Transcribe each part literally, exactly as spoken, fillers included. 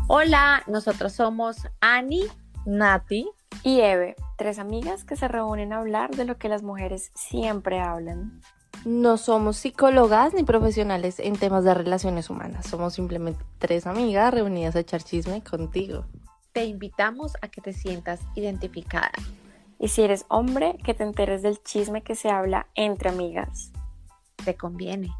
Hola, nosotros somos Ani. Nati, Y Eve, tres amigas que se reúnen a hablar de lo que las mujeres siempre hablan. no somos psicólogas ni profesionales en temas de relaciones humanas. Somos simplemente tres amigas reunidas a echar chisme contigo. Te invitamos a que te sientas identificada. Y si eres hombre, que te enteres del chisme que se habla entre amigas. Te conviene.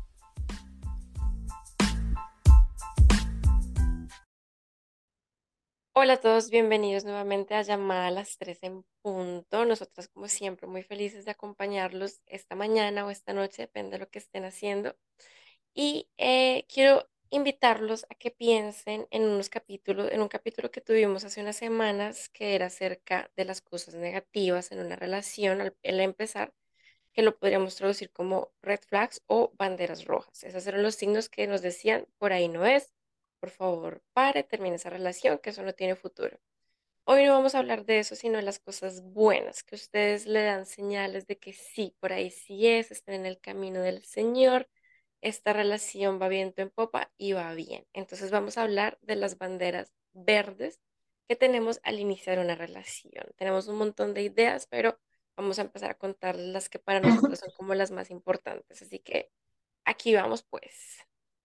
Hola a todos, bienvenidos nuevamente a Llamada a las tres en punto. Nosotras, como siempre, muy felices de acompañarlos esta mañana o esta noche, depende de lo que estén haciendo. Y eh, quiero invitarlos a que piensen en unos capítulos, en un capítulo que tuvimos hace unas semanas que era acerca de las cosas negativas en una relación al, al empezar, que lo podríamos traducir como red flags o banderas rojas. Esos eran los signos que nos decían, por ahí no es, por favor, pare, termine esa relación, que eso no tiene futuro. Hoy no vamos a hablar de eso, sino de las cosas buenas, que ustedes le dan señales de que sí, por ahí sí es, están en el camino del Señor, esta relación va viento en popa y va bien. Entonces vamos a hablar de las banderas verdes que tenemos al iniciar una relación. Tenemos un montón de ideas, pero vamos a empezar a contar las que para nosotros son como las más importantes. Así que aquí vamos pues.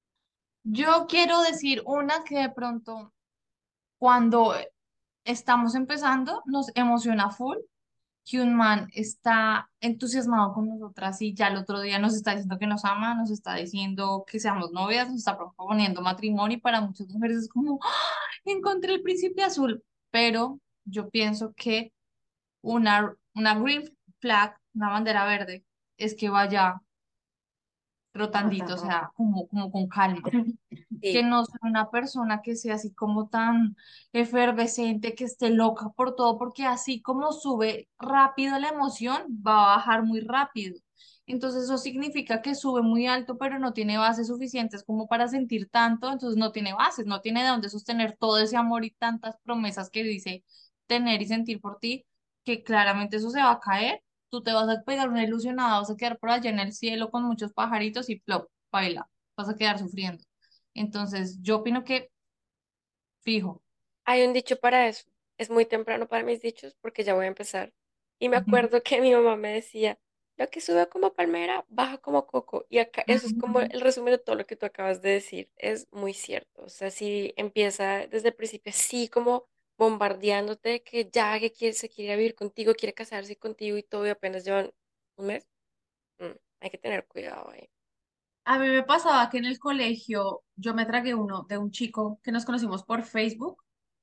Yo quiero decir una que de pronto cuando estamos empezando nos emociona full, que un man está entusiasmado con nosotras y ya el otro día nos está diciendo que nos ama, nos está diciendo que seamos novias, nos está proponiendo matrimonio y para muchas mujeres es como, ¡ah! Encontré el príncipe azul, pero yo pienso que una, una green flag, una bandera verde, es que vaya rotandito, o sea, como, como con calma. Que Sí, no sea una persona que sea así como tan efervescente, que esté loca por todo, porque así como sube rápido la emoción, va a bajar muy rápido. Entonces eso significa que sube muy alto, pero no tiene bases suficientes como para sentir tanto, entonces no tiene bases, no tiene de dónde sostener todo ese amor y tantas promesas que dice tener y sentir por ti, que claramente eso se va a caer. Tú te vas a pegar una ilusionada, vas a quedar por allá en el cielo con muchos pajaritos y plop, baila, vas a quedar sufriendo. Entonces, yo opino que fijo. hay un dicho para eso. Es muy temprano para mis dichos porque ya voy a empezar. Y me Ujú, acuerdo que mi mamá me decía, lo que sube como palmera, baja como coco. Y acá eso es como ujú. el resumen de todo lo que tú acabas de decir. Es muy cierto. O sea, si empieza desde el principio así como bombardeándote que ya que quiere, se quiere vivir contigo, quiere casarse contigo y todo y apenas llevan un mes, mm, hay que tener cuidado ahí. A mí me pasaba que en el colegio yo me tragué uno de un chico que nos conocimos por Facebook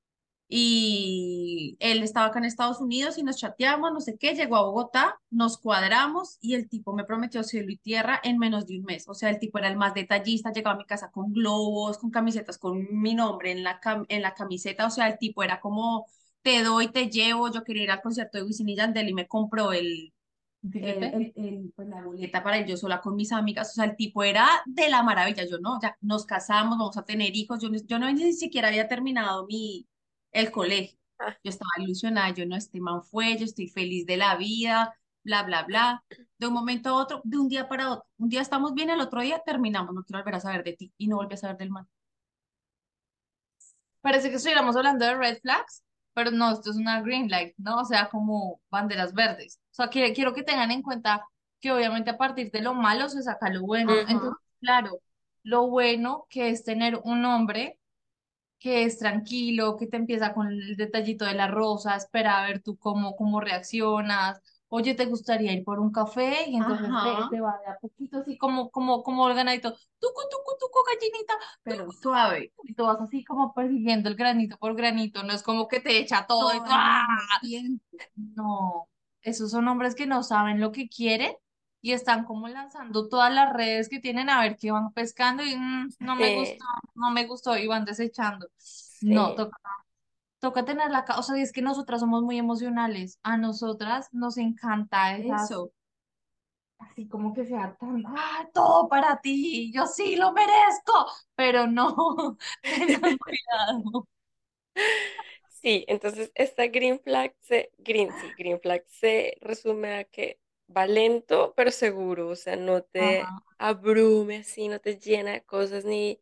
y él estaba acá en Estados Unidos y nos chateamos, no sé qué, llegó a Bogotá, nos cuadramos y el tipo me prometió cielo y tierra en menos de un mes. O sea, el tipo era el más detallista, llegaba a mi casa con globos, con camisetas, con mi nombre en la, cam- en la camiseta. O sea, el tipo era como, te doy, te llevo. Yo quería ir al concierto de Wisin y Yandel y me compró el, el, el- el- pues, la boleta para ir yo sola con mis amigas. O sea, el tipo era de la maravilla. Yo no, ya nos casamos, vamos a tener hijos. Yo, no- yo no ni siquiera había terminado mi el colegio. Ah, Yo estaba ilusionada, yo no, este man fue, yo estoy feliz de la vida, bla, bla, bla. De un momento a otro, de un día para otro. Un día estamos bien, el otro día terminamos, no quiero volver a saber de ti y no volví a saber del man. Parece que estuviéramos hablando de red flags, pero no, esto es una green light, ¿no? O sea, como banderas verdes. O sea, que, quiero que tengan en cuenta que obviamente a partir de lo malo se saca lo bueno. ujú. Entonces, claro, lo bueno que es tener un hombre que es tranquilo, que te empieza con el detallito de la rosa, espera a ver tú cómo, cómo reaccionas. Oye, ¿te gustaría ir por un café? Y entonces te, Ajá, te va de a poquito así como, como, como organadito, tucu, tucu, tucu, gallinita, pero suave. Y tú vas así como persiguiendo el granito por granito, no es como que te echa todo y todo tú, al ¡ah! mismo tiempo. No, esos son hombres que no saben lo que quieren y están como lanzando todas las redes que tienen a ver qué van pescando y "Mm, no me Sí, gustó, no me gustó" y van desechando. No, sí. toca, toca tener la... ca- O sea, y es que nosotras somos muy emocionales. A nosotras nos encanta esas, Eso. así como que sea tan, ¡ah, todo para ti! Yo sí lo merezco, pero no, tengan cuidado. Sí, entonces esta green flag se, green, sí, green flag se resume a que va lento pero seguro, o sea, no te Ajá. abrume así, no te llena de cosas ni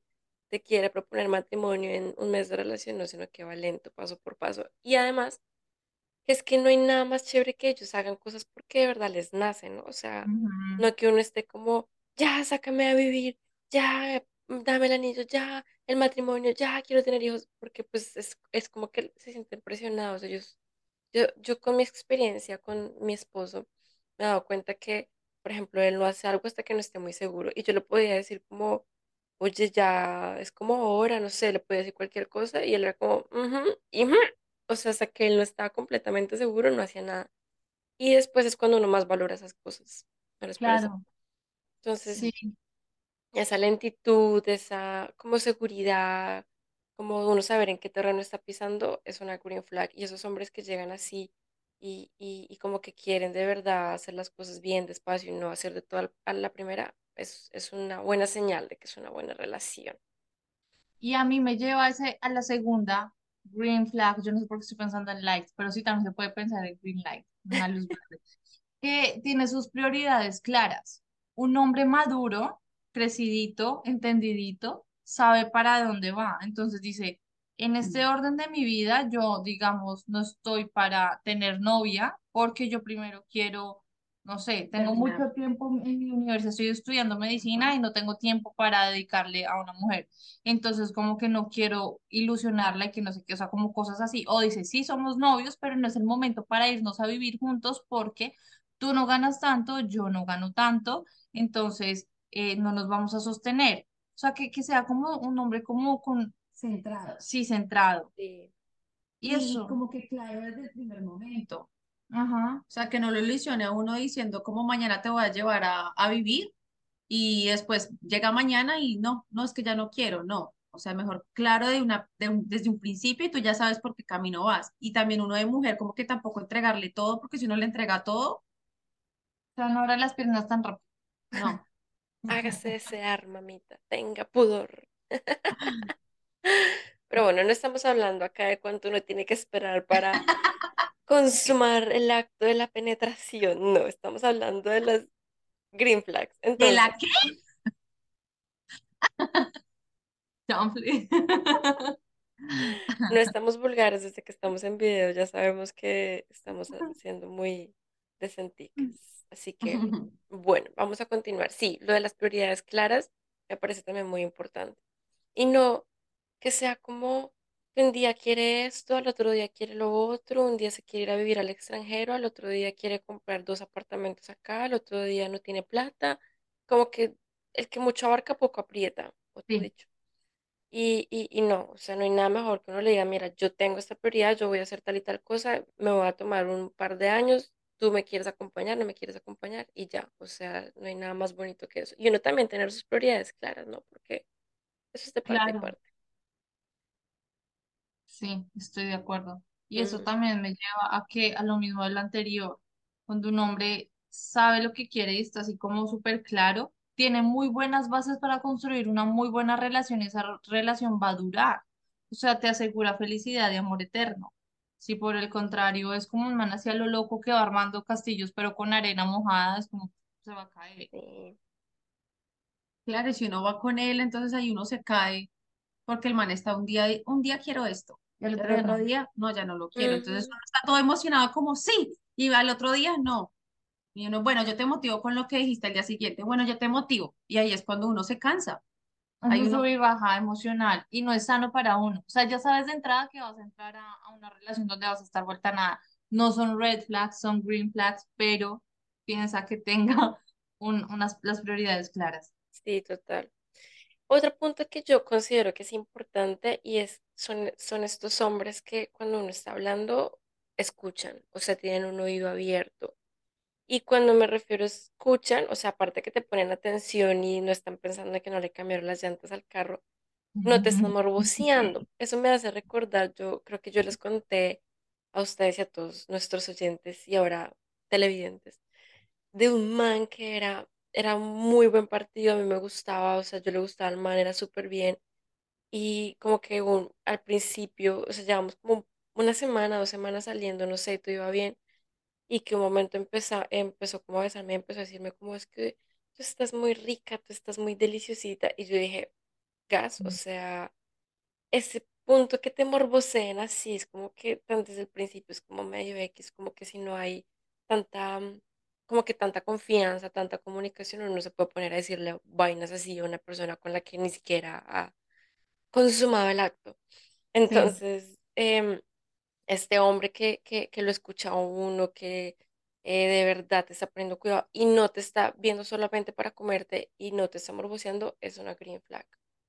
te quiere proponer matrimonio en un mes de relación, no, sino que va lento, paso por paso. Y además, es que no hay nada más chévere que ellos hagan cosas porque de verdad les nace, ¿no? O sea, Ujú. no que uno esté como, ya, sácame a vivir, ya, mm, dame el anillo, ya, el matrimonio, ya, quiero tener hijos, porque pues es, es como que se sienten presionados. Ellos, yo, yo con mi experiencia con mi esposo, me he dado cuenta que, por ejemplo, él no hace algo hasta que no esté muy seguro. Y yo le podía decir como, oye, ya, es como ahora, no sé, le podía decir cualquier cosa, y él era como, "Ujú, y ujú". O sea, hasta que él no estaba completamente seguro, no hacía nada. Y después es cuando uno más valora esas cosas, ¿no les parece? Claro, Entonces, sí. esa lentitud, esa como seguridad, como uno saber en qué terreno está pisando, es una green flag. Y esos hombres que llegan así y, y, y como que quieren de verdad hacer las cosas bien, despacio y no hacer de todo al- a la primera, es, es una buena señal de que es una buena relación. Y a mí me lleva a, ese, a la segunda green flag. Yo no sé por qué estoy pensando en lights, pero sí también se puede pensar en green light, una luz verde, que tiene sus prioridades claras. Un hombre maduro, crecidito, entendidito, sabe para dónde va. Entonces dice, en este orden de mi vida, yo, digamos, no estoy para tener novia porque yo primero quiero, no sé, tengo Terminar. mucho tiempo en mi universidad, estoy estudiando medicina y no tengo tiempo para dedicarle a una mujer. Entonces, como que no quiero ilusionarla y que no sé qué, o sea, como cosas así. O dice, sí, somos novios, pero no es el momento para irnos a vivir juntos porque tú no ganas tanto, yo no gano tanto, entonces eh, no nos vamos a sostener. O sea, que, que sea como un hombre como con, Centrado. sí, centrado. Sí, Y Y eso, como que claro desde el primer momento. ajá, O sea, que no lo ilusione a uno diciendo como mañana te voy a llevar a, a vivir y después llega mañana y no, no es que ya no quiero, no. O sea, mejor claro de una, de un- desde un principio y tú ya sabes por qué camino vas. Y también uno de mujer, como que tampoco entregarle todo, porque si uno le entrega todo, o sea, no ahora las piernas tan rápido. no. hágase desear, mamita, tenga pudor. Pero bueno, no estamos hablando acá de cuánto uno tiene que esperar para consumar el acto de la penetración. No, estamos hablando de las green flags. ¿De la Entonces, qué? Chanfle. no estamos vulgares desde que estamos en video, ya sabemos que estamos siendo muy decenticas. Así que, bueno, vamos a continuar. Sí, lo de las prioridades claras me parece también muy importante. Y no que sea como que un día quiere esto, al otro día quiere lo otro, un día se quiere ir a vivir al extranjero, al otro día quiere comprar dos apartamentos acá, al otro día no tiene plata, como que el que mucho abarca poco aprieta, otro Sí, dicho. Y, y, y no, o sea, no hay nada mejor que uno le diga, mira, yo tengo esta prioridad, yo voy a hacer tal y tal cosa, me voy a tomar un par de años, tú me quieres acompañar, no me quieres acompañar y ya, o sea, no hay nada más bonito que eso. Y uno también tener sus prioridades claras, ¿no? Porque eso es de parte y claro. parte. Sí, estoy de acuerdo. Y eso Ujú. también me lleva a que, a lo mismo de lo anterior, cuando un hombre sabe lo que quiere y está así como súper claro, tiene muy buenas bases para construir una muy buena relación y esa re- relación va a durar. O sea, te asegura felicidad y amor eterno. Si por el contrario es como un man hacia lo loco que va armando castillos, pero con arena mojada, es como se va a caer. Sí, Claro, y si uno va con él, entonces ahí uno se cae porque el man está un día, un día quiero esto, y al Ya otro, otro no. día, no, ya no lo quiero. Entonces ujú, uno está todo emocionado como sí, y al otro día no. Y uno, bueno, yo te motivo con lo que dijiste al día siguiente, bueno, yo te motivo. Y ahí es cuando uno se cansa. Es Hay un uno, sub y baja emocional y no es sano para uno. O sea, ya sabes de entrada que vas a entrar a, a una relación donde vas a estar vuelta a nada. No son red flags, son green flags, pero piensa que tenga un- unas, las prioridades claras. sí, total. Otro punto que yo considero que es importante y es, son, son estos hombres que cuando uno está hablando, escuchan, o sea, tienen un oído abierto. Y cuando me refiero a escuchan, o sea, aparte que te ponen atención y no están pensando que no le cambiaron las llantas al carro, no te están morboceando. Eso me hace recordar, yo creo que yo les conté a ustedes y a todos nuestros oyentes y ahora televidentes, de un man que era, era un muy buen partido, a mí me gustaba, o sea, yo le gustaba al man, era súper bien. Y como que un, al principio, o sea, llevamos como una semana, dos semanas saliendo, no sé, todo iba bien. Y que un momento empezó, empezó como a besarme, empezó a decirme como es que tú estás muy rica, tú estás muy deliciosita. Y yo dije, gas, o sea, ese punto que te morboseen así, es como que tan desde el principio es como medio X, como que si no hay tanta, mm, como que tanta confianza, tanta comunicación, uno no se puede poner a decirle vainas así a una persona con la que ni siquiera ha consumado el acto. Sí. Entonces, em, este hombre que, que, que lo escucha a uno, que eh, de verdad te está poniendo cuidado y no te está viendo solamente para comerte y no te está morboseando, es una green flag.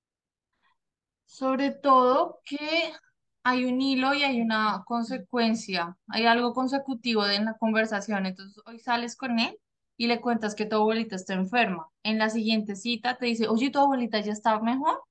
Sobre todo que hay un hilo y hay una consecuencia, hay algo consecutivo en la conversación. Entonces, hoy sales con él y le cuentas que tu abuelita está enferma. En la siguiente cita te dice, oye, tu abuelita ya está mejor.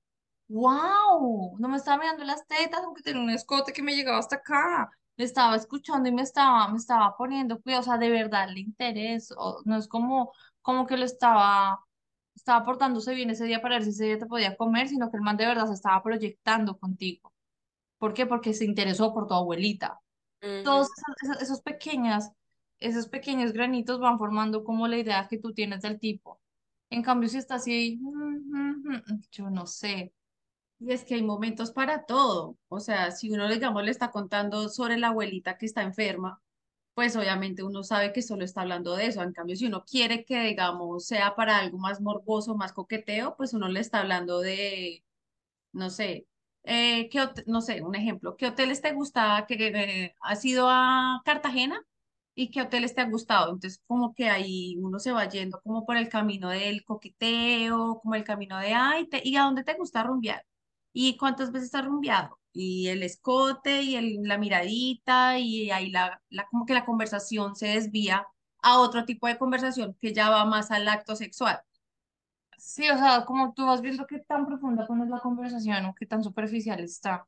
¡Wow! No me estaba mirando las tetas, aunque tenía un escote que me llegaba hasta acá. Me estaba escuchando y me estaba, me estaba poniendo cuidado. O sea, de verdad le interesa. O no es como, como que lo estaba, estaba portándose bien ese día para ver si ese día te podía comer, sino que el man de verdad se estaba proyectando contigo. ¿Por qué? Porque se interesó por tu abuelita. Todos Ujú. esos, esos, esos pequeñas, esos pequeños granitos van formando como la idea que tú tienes del tipo. En cambio, si está así, mm, mm, mm, yo no sé. Y es que hay momentos para todo. O sea, si uno, digamos, le está contando sobre la abuelita que está enferma, pues obviamente uno sabe que solo está hablando de eso. En cambio, si uno quiere que, digamos, sea para algo más morboso, más coqueteo, pues uno le está hablando de, no sé, eh, ¿qué hot- no sé, un ejemplo, ¿qué hoteles te gusta? Que eh, has ido a Cartagena y qué hoteles te han gustado. Entonces, como que ahí uno se va yendo como por el camino del coqueteo, como el camino de, ay, te- ¿y a dónde te gusta rumbear? ¿Y cuántas veces has rumbeado? Y el escote y el- la miradita y ahí la, la, como que la conversación se desvía a otro tipo de conversación que ya va más al acto sexual. Sí, o sea, como tú vas viendo qué tan profunda pones la conversación o qué tan superficial está,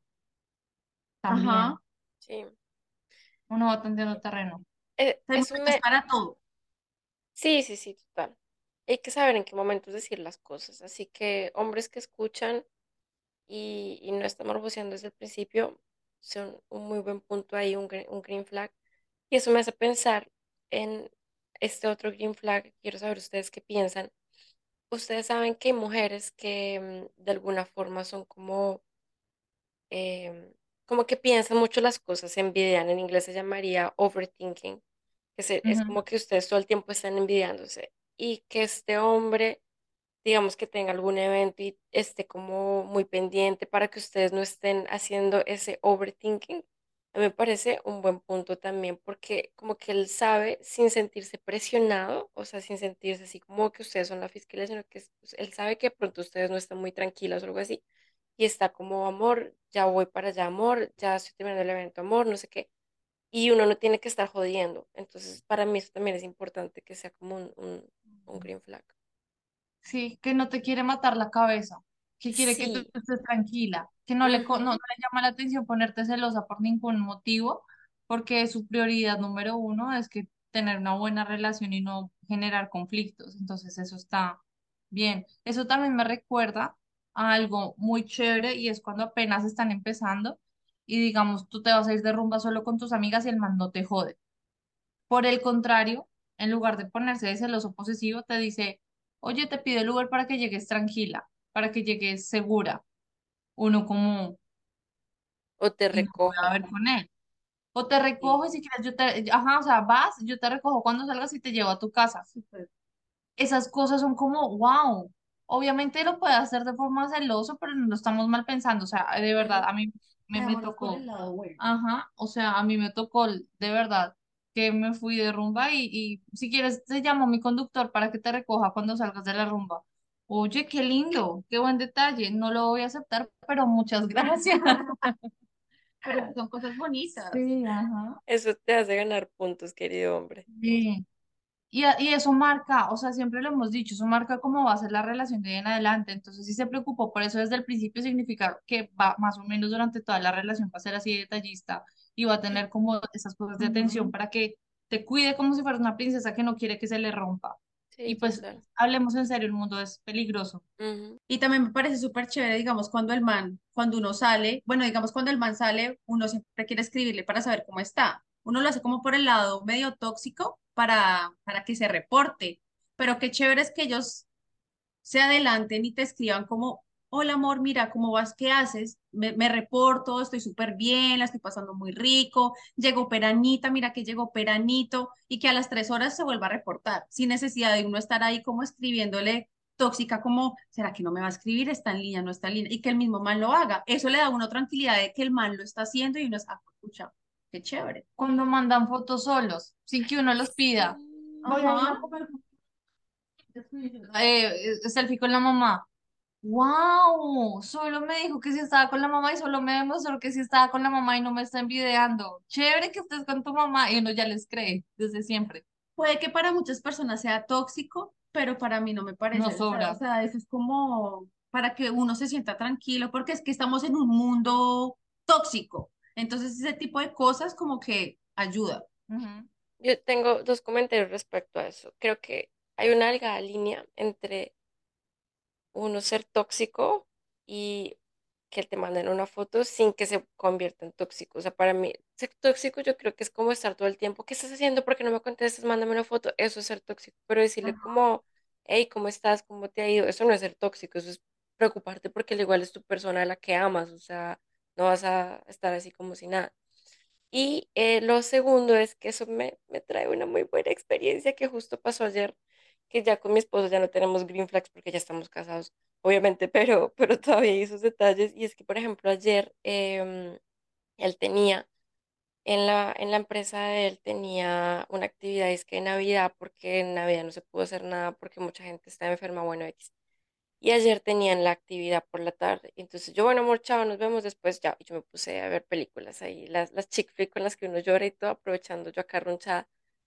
también Ajá. Sí. uno va tanteando terreno. Eh, Hay eso momentos me... para todo. Sí, sí, sí, total. Hay que saber en qué momentos decir las cosas. Así que hombres que escuchan y, y no están morboseando desde el principio son un muy buen punto ahí, un, gre- un green flag. Y eso me hace pensar en este otro green flag. Quiero saber ustedes qué piensan. Ustedes saben que hay mujeres que mm, de alguna forma son como, em, como que piensan mucho las cosas, se envidian. En inglés se llamaría overthinking, que se- es Ujú. como que ustedes todo el tiempo están envidiándose. Y que este hombre, digamos que tenga algún evento y esté como muy pendiente para que ustedes no estén haciendo ese overthinking. A mí me parece un buen punto también porque como que él sabe sin sentirse presionado, o sea, sin sentirse así como que ustedes son la fiscalía, sino que es- pues, él sabe que de pronto ustedes no están muy tranquilas o algo así y está como, amor, ya voy para allá, amor, ya estoy terminando el evento, amor, no sé qué. Y uno no tiene que estar jodiendo. Entonces, para mí eso también es importante que sea como un, un, un green flag. Sí, que no te quiere matar la cabeza, que quiere que tú Sí. estés tranquila, que no le, co- no, no Ujú. le llama la atención ponerte celosa por ningún motivo, porque su prioridad número uno es que tener una buena relación y no generar conflictos. Entonces, eso está bien. Eso también me recuerda a algo muy chévere y es cuando apenas están empezando y digamos, tú te vas a ir de rumba solo con tus amigas y el man no te jode. Por el contrario, en lugar de ponerse de celoso posesivo, te dice, oye, te pido el Uber para que llegues tranquila, para que llegues segura. Uno como, O te y me voy a recojo. ver con él. O te recojo y Sí. si quieres, yo te, ajá, o sea, vas, yo te recojo cuando salgas y te llevo a tu casa. Súper. Esas cosas son como, wow. Obviamente lo puede hacer de forma celoso, pero no lo estamos mal pensando. O sea, de verdad, Ujú. a mí me, me Veámoslo por tocó. el lado bueno. Ajá, o sea, a mí me tocó de verdad que me fui de rumba y, y si quieres te llamo a mi conductor para que te recoja cuando salgas de la rumba. Oye, qué lindo, qué buen detalle. No lo voy a aceptar, pero muchas gracias. Pero son cosas bonitas. Sí, ajá. Eso te hace ganar puntos, querido hombre. Sí. Y, a- y eso marca, o sea, siempre lo hemos dicho, eso marca cómo va a ser la relación de ahí en adelante. Entonces, si se preocupó por eso desde el principio, significa que va más o menos durante toda la relación va a ser así de detallista y va a tener como esas cosas de atención Ujú. para que te cuide como si fueras una princesa que no quiere que se le rompa. Sí, Y pues, total. hablemos en serio, el mundo es peligroso. Ujú. Y también me parece súper chévere, digamos, cuando el man, cuando uno sale, bueno, digamos, cuando el man sale, uno siempre quiere escribirle para saber cómo está. Uno lo hace como por el lado medio tóxico para, para que se reporte. Pero qué chévere es que ellos se adelanten y te escriban como hola amor, mira, ¿cómo vas? ¿Qué haces? Me, me reporto, estoy súper bien, la estoy pasando muy rico, llegó Peranita, mira que llegó Peranito, y que a las tres horas se vuelva a reportar, sin necesidad de uno estar ahí como escribiéndole tóxica, como, ¿será que no me va a escribir? Está en línea, no está en línea, y que el mismo man lo haga. Eso le da a uno tranquilidad de que el man lo está haciendo y uno es, ah, escucha, qué chévere. Cuando mandan fotos solos, sin que uno los Sí. pida. Voy a ir Ajá. a comer eh, selfie con la mamá. ¡Wow! Solo me dijo que sí estaba con la mamá y solo me demostró que sí estaba con la mamá y no me está envidiando. Chévere que estés con tu mamá y uno ya les cree desde siempre. Puede que para muchas personas sea tóxico, pero para mí no me No parece. O sea, o sobra. sea, eso es como para que uno se sienta tranquilo, porque es que estamos en un mundo tóxico. Entonces, ese tipo de cosas como que ayuda. Ujú. Yo tengo dos comentarios respecto a eso. Creo que hay una delgada línea entre uno ser tóxico y que te manden una foto sin que se convierta en tóxico. O sea, para mí, ser tóxico yo creo que es como estar todo el tiempo, ¿qué estás haciendo? ¿Por qué no me contestas? Mándame una foto. Eso es ser tóxico. Pero decirle como, hey, ¿cómo estás? ¿Cómo te ha ido? Eso no es ser tóxico, eso es preocuparte porque al igual es tu persona a la que amas. O sea, no vas a estar así como si nada. Y eh, lo segundo es que eso me, me trae una muy buena experiencia que justo pasó ayer, que ya con mi esposo ya no tenemos green flags porque ya estamos casados, obviamente, pero, pero todavía hay esos detalles. Y es que, por ejemplo, ayer em, él tenía, en la, en la empresa de él tenía una actividad, es que de Navidad, porque en Navidad no se pudo hacer nada porque mucha gente está enferma, bueno, X. Y ayer tenían la actividad por la tarde. Y entonces yo, bueno, amor, chao, nos vemos después ya. Y yo me puse a ver películas ahí, las, las chick flick con las que uno llora y todo, aprovechando yo acá ronchada.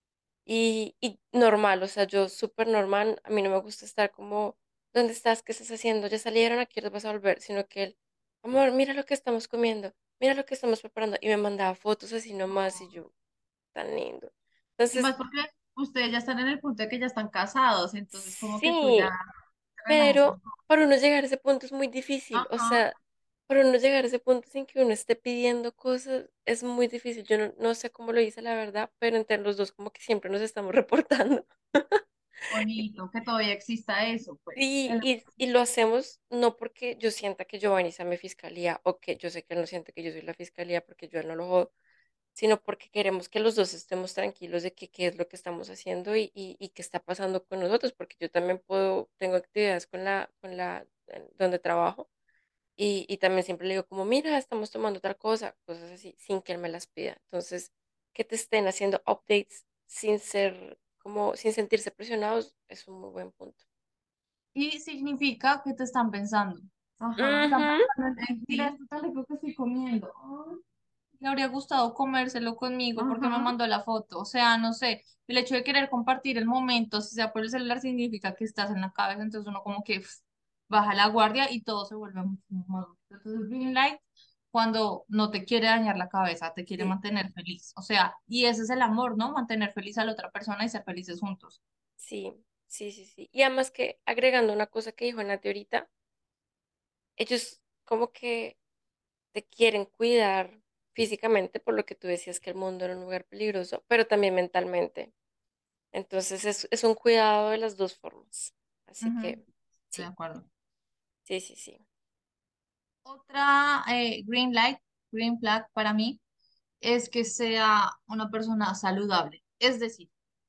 Y, y normal, o sea, yo súper normal. A mí no me gusta estar como, ¿dónde estás? ¿Qué estás haciendo? ¿Ya salieron? ¿A qué hora vas a volver? Sino que él, amor, mira lo que estamos comiendo, mira lo que estamos preparando. Y me mandaba fotos así nomás y yo, tan lindo. Y Entonces, más porque ustedes ya están en el punto de que ya están casados, entonces como que tú ya sí. te relajas un Pero poco. para uno llegar a ese punto es muy difícil. O Ajá, sea, para uno llegar a ese punto sin que uno esté pidiendo cosas es muy difícil. Yo no, no sé cómo lo hice, la verdad, pero entre los dos como que siempre nos estamos reportando. bonito, que todavía exista eso, pues. Y, El- y, y lo hacemos no porque yo sienta que Giovanni sea mi fiscalía o que yo sé que él no siente que yo soy la fiscalía porque yo a él no lo jodo, sino porque queremos que los dos estemos tranquilos de que qué es lo que estamos haciendo y, y, y qué está pasando con nosotros, porque yo también puedo, tengo actividades con la, con la, en donde trabajo. Y, y también siempre le digo como, mira, estamos tomando tal cosa, cosas así, sin que él me las pida. Entonces, que te estén haciendo updates sin ser, como, sin sentirse presionados, es un muy buen punto. Y significa que te están pensando. Ajá, Están Ujú. pensando en, mira, esto tan rico que estoy comiendo. Ay, le habría gustado comérselo conmigo porque me ajá. mandó la foto. O sea, no sé, el hecho de querer compartir el momento, si sea por el celular, significa que estás en la cabeza, entonces uno como que pf, baja la guardia y todo se vuelve mucho más bonito. Entonces, green light cuando no te quiere dañar la cabeza, te quiere Sí, mantener feliz. O sea, y ese es el amor, ¿no? Mantener feliz a la otra persona y ser felices juntos. sí, sí, sí, sí. Y además que agregando una cosa que dijo Nati ahorita, ellos como que te quieren cuidar físicamente por lo que tú decías que el mundo era un lugar peligroso, pero también mentalmente. Entonces es, es un cuidado de las dos formas. Así Ujú, que estoy de sí, acuerdo. sí, sí, sí. Otra eh, green light, green flag para mí es que sea una persona saludable. Es decir,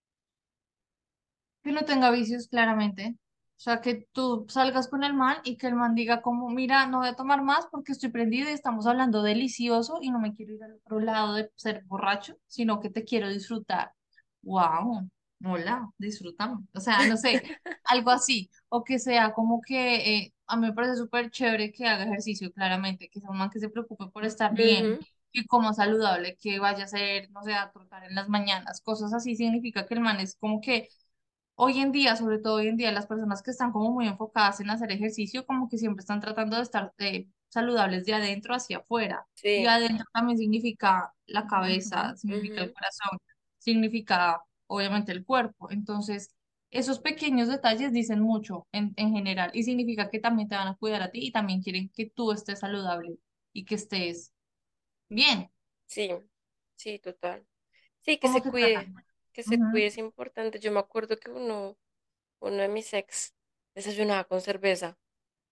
que no tenga vicios claramente. O sea, que tú salgas con el man y que el man diga como, mira, no voy a tomar más porque estoy prendido y estamos hablando delicioso y no me quiero ir al otro lado de ser borracho, sino que te quiero disfrutar. Wow, hola, disfrutamos. O sea, no sé, algo así. O que sea como que eh, a mí me parece súper chévere que haga ejercicio, claramente, que sea un man que se preocupe por estar bien, Ujú. que coma saludable, que vaya a hacer, no sé, a trotar en las mañanas, cosas así, significa que el man es como que hoy en día, sobre todo hoy en día, las personas que están como muy enfocadas en hacer ejercicio, como que siempre están tratando de estar eh, saludables de adentro hacia afuera. Y Sí, adentro también significa la cabeza, significa el ujú. corazón, significa obviamente el cuerpo. Entonces, esos pequeños detalles dicen mucho en, en general y significa que también te van a cuidar a ti y también quieren que tú estés saludable y que estés bien. Sí, sí, total. Sí, que ¿Cómo se te cuide, tratan? que se Ujú. cuide es importante. Yo me acuerdo que uno, uno de mis ex desayunaba con cerveza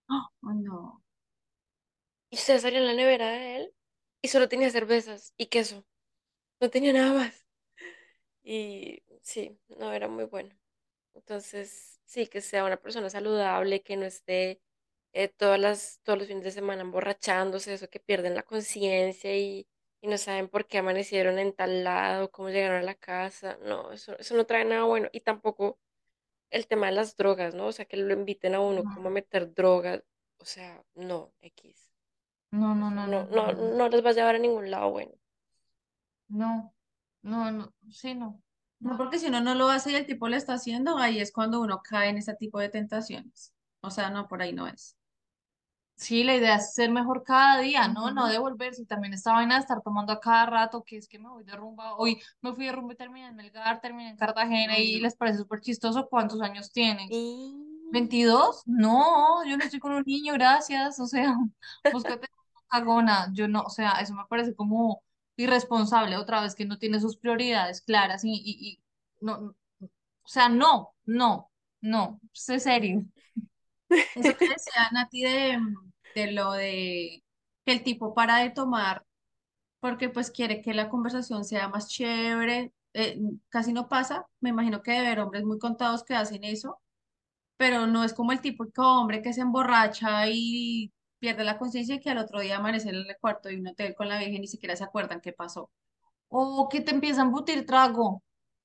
¡Ah! Ay, no. Y usted salió en la nevera de él y solo tenía cervezas y queso. No tenía nada más. Y sí, no era muy bueno. Entonces, sí, que sea una persona saludable, que no esté eh, todas las, todos los fines de semana emborrachándose, eso que pierden la conciencia y, y no saben por qué amanecieron en tal lado, cómo llegaron a la casa. No, eso, eso no trae nada bueno. Y tampoco el tema de las drogas, ¿no? O sea, que lo inviten a uno como a meter drogas. O sea, no, X. No, no, Eso no, no, no, no, no, no, no les va a llevar a ningún lado bueno. no, no, no, sí, no. No, No. porque si uno no lo hace y el tipo lo está haciendo, ahí es cuando uno cae en ese tipo de tentaciones. O sea, no, por ahí no es. Sí, la idea es ser mejor cada día, ¿no? No Ujú. devolverse. Y también esta vaina de estar tomando a cada rato, que es que me voy de rumba. Hoy me fui de rumba y terminé en Melgar, terminé en Cartagena Ay, y no. les parece súper chistoso. ¿Cuántos años tienes? Sí. ¿Veintidós? No, yo no estoy con un niño, gracias. O sea, búscate una cagona. Yo no, o sea, eso me parece como irresponsable otra vez que no tiene sus prioridades claras y, y, y no, no, o sea, no, no, no, sé serio. Eso que decía Nati de, de lo de que el tipo para de tomar porque pues quiere que la conversación sea más chévere. Eh, casi no pasa, me imagino que debe haber hombres muy contados que hacen eso, pero no es como el típico hombre que se emborracha y pierde la conciencia y que al otro día amanece en el cuarto de un hotel con la vieja y ni siquiera se acuerdan qué pasó. O que te empiezan a embutir trago.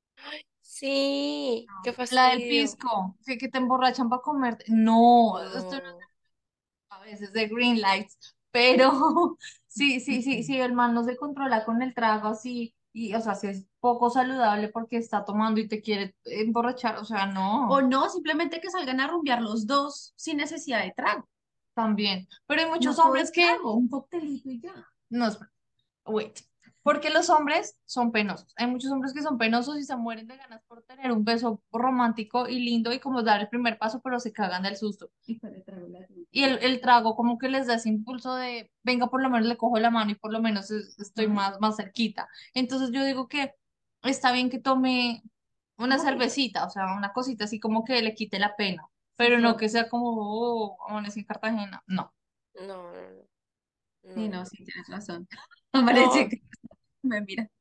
Sí, qué La del fastidio. pisco, que, que te emborrachan para comerte. No, esto no No. a veces de green lights, pero sí, sí, sí, sí, el man no se controla con el trago así, y o sea, si es poco saludable porque está tomando y te quiere emborrachar, o sea, O no, no, simplemente que salgan a rumbear los dos sin necesidad de trago. también. Pero hay muchos No todo hombres es que, trago, un coctelito y ya. no, espera, wait, porque los hombres son penosos. Hay muchos hombres que son penosos y se mueren de ganas por tener un beso romántico y lindo y como dar el primer paso, pero se cagan del susto. Y pues le traigo la fruta. Y el, el trago como que les da ese impulso de, venga, por lo menos le cojo la mano y por lo menos es- estoy Ajá. más, más cerquita. Entonces yo digo que está bien que tome Un una poquito. cervecita, o sea, una cosita así como que le quite la pena, Sí, pero no claro. que sea como, oh, amanecí en Cartagena. No. No, no, Sí, no. no, sí, tienes razón. No, Parece no. que me mira.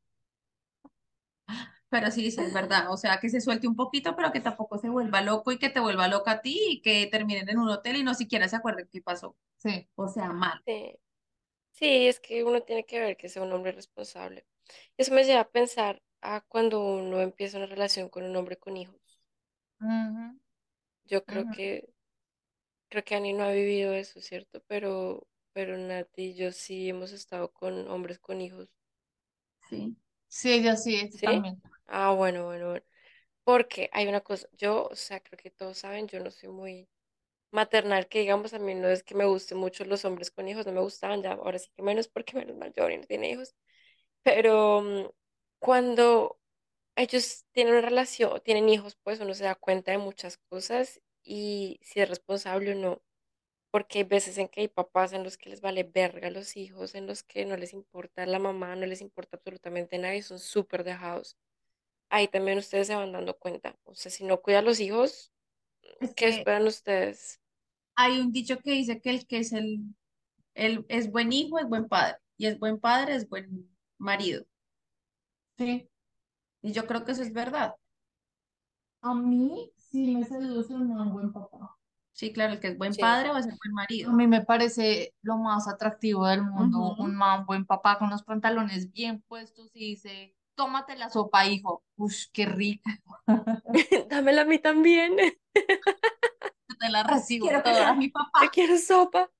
Pero sí, sí, es verdad. O sea, que se suelte un poquito, pero que tampoco se vuelva loco y que te vuelva loca a ti y que terminen en un hotel y no siquiera se acuerden qué pasó. Sí. O sea, mal. Sí. Sí, es que uno tiene que ver que sea un hombre responsable. Eso me lleva a pensar a cuando uno empieza una relación con un hombre con hijos. Ujú, Yo creo ujú. que, creo que Ani no ha vivido eso, ¿cierto? Pero, pero Nati y yo sí hemos estado con hombres con hijos. Sí. Sí, ella sí, este ¿Sí? también. Ah, bueno, bueno, bueno. Porque hay una cosa, yo, o sea, creo que todos saben, yo no soy muy maternal, que digamos, a mí no es que me gusten mucho los hombres con hijos, no me gustaban ya, ahora sí que menos porque menos mal yo no tiene hijos. Pero mm, cuando ellos tienen una relación, tienen hijos, pues uno se da cuenta de muchas cosas y si es responsable o no. Porque hay veces en que hay papás en los que les vale verga a los hijos, en los que no les importa la mamá, no les importa absolutamente nada y son súper dejados. Ahí también ustedes se van dando cuenta. O sea, si no cuida a los hijos, Es ¿qué que esperan ustedes? hay un dicho que dice que el que es el, el es buen hijo es buen padre y es buen padre es buen marido. Sí. Y yo creo que eso es verdad. A mí sí me seduce un buen papá. Sí, claro, el que es buen Sí. padre va a ser buen A marido. mí me parece lo más atractivo del mundo, un Ujú. man buen papá con los pantalones bien puestos y dice, tómate la sopa, hijo. Ush, qué rico. Dámela a mí también. Yo te la recibo Quiero que seas toda. mi Yo papá. quiero sopa.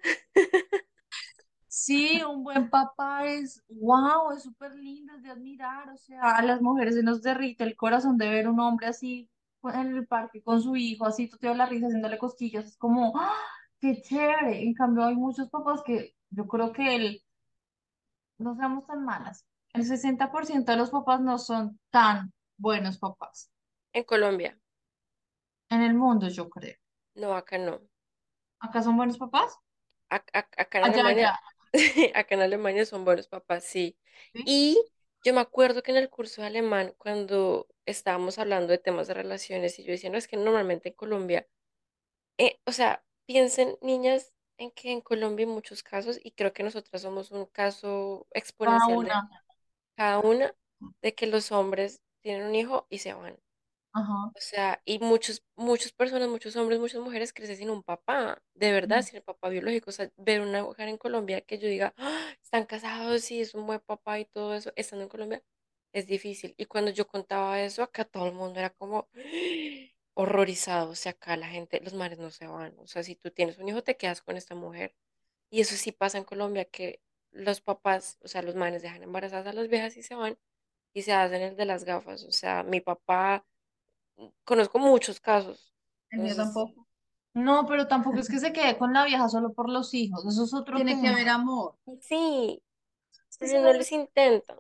Sí, un buen papá es, wow, es súper lindo, es de admirar. O sea, a las mujeres se nos derrite el corazón de ver un hombre así en el parque con su hijo, así tú te das la risa haciéndole cosquillas. Es como, ¡ah! Qué chévere. En cambio, hay muchos papás que yo creo que el no seamos tan malas. El sesenta por ciento de los papás no son tan buenos papás. En Colombia. En el mundo, yo creo. No, acá no. ¿Acá son buenos papás? Ac- ac- Acá en Allá, Alemania, allá. acá en Alemania son buenos papás, sí. ¿Sí? Y yo me acuerdo que en el curso de alemán, cuando estábamos hablando de temas de relaciones, y yo decía, no, es que normalmente en Colombia, eh, o sea, piensen, niñas, en que en Colombia hay muchos casos, y creo que nosotras somos un caso Cada exponencial de una. cada una, de que los hombres tienen un hijo y se van. Ajá. O sea, y muchos, muchas personas, muchos hombres, muchas mujeres crecen sin un papá, de verdad, sin el papá biológico. O sea, ver una mujer en Colombia que yo diga, "Ah, están casados, sí, es un buen papá y todo eso, estando en Colombia, es difícil". Y cuando yo contaba eso, acá todo el mundo era como horrorizado. O sea, acá la gente, los mares no se van. O sea, si tú tienes un hijo, te quedas con esta mujer. Y eso sí pasa en Colombia, que los papás, o sea, los manes dejan embarazadas a las viejas y se van y se hacen el de las gafas. O sea, mi papá, conozco muchos casos. El mío Entonces, tampoco. No, pero tampoco es que se quede con la vieja solo por los hijos. Eso es otro Tiene que tema. haber amor. sí, Es que se pero no vuelve. les intentan.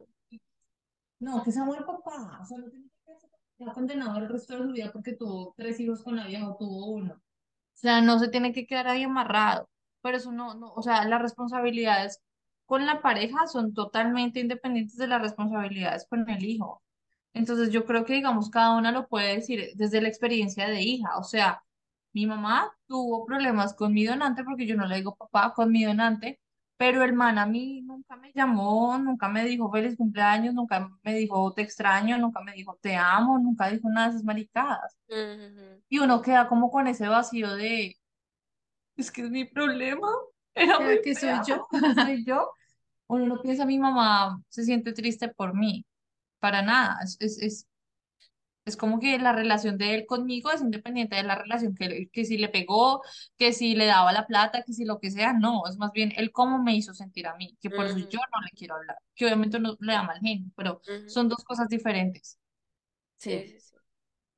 No, que se muere el papá. O sea, no tiene que quedarse ya condenado el resto de su vida porque tuvo tres hijos con la vieja o tuvo uno. O sea, no se tiene que quedar ahí amarrado. Pero eso no, no, o sea, las responsabilidades con la pareja son totalmente independientes de las responsabilidades con el hijo. Entonces yo creo que, digamos, cada una lo puede decir desde la experiencia de hija. O sea, mi mamá tuvo problemas con mi donante porque yo no le digo papá con mi donante, pero el man a mí nunca me llamó, nunca me dijo feliz cumpleaños, nunca me dijo te extraño, nunca me dijo te amo, nunca dijo nada de esas maricadas. Ujú, Y uno queda como con ese vacío de, es que es mi problema, era muy ¿Será que soy fea, yo? pero soy yo. Uno no piensa, mi mamá se siente triste por mí, para nada. Es, es, es, es como que la relación de él conmigo es independiente de la relación que, él- que si le pegó, que si le daba la plata, que si lo que sea. No, es más bien él cómo me hizo sentir a mí, que por eso yo ujú, no le quiero hablar, que obviamente no le da mal genio, pero ujú. son dos cosas diferentes. Sí, Sí. sí, sí.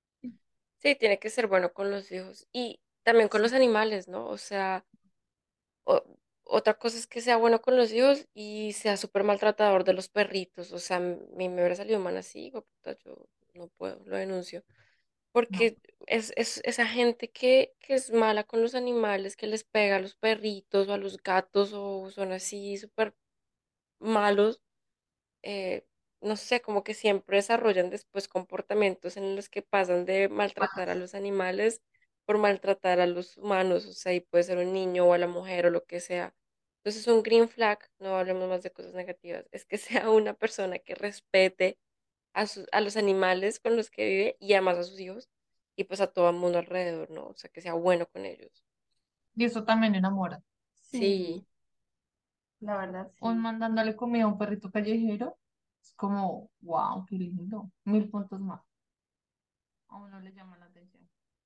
Sí, tiene que ser bueno con los hijos y también con los animales, ¿no? O sea, o- otra cosa es que sea bueno con los hijos y sea súper maltratador de los perritos. O sea, m- mi me hubiera salido mal así, hijo de puta, yo no puedo, lo denuncio. No. Porque es, es esa gente que, que es mala con los animales, que les pega a los perritos o a los gatos o son así súper malos. eh, no sé, como que siempre desarrollan después comportamientos en los que pasan de maltratar a los animales por maltratar a los humanos. O sea, y puede ser un niño o a la mujer o lo que sea. Entonces, un green flag, no hablemos más de cosas negativas, es que sea una persona que respete a, sus- a los animales con los que vive y además a sus hijos y pues a todo el mundo alrededor, ¿no? O sea, que sea bueno con ellos. Y eso también enamora. Sí, Sí, la verdad, Un sí. man dándole comida a un perrito callejero, es como, wow, qué lindo. Mil puntos más. A uno le llama la atención.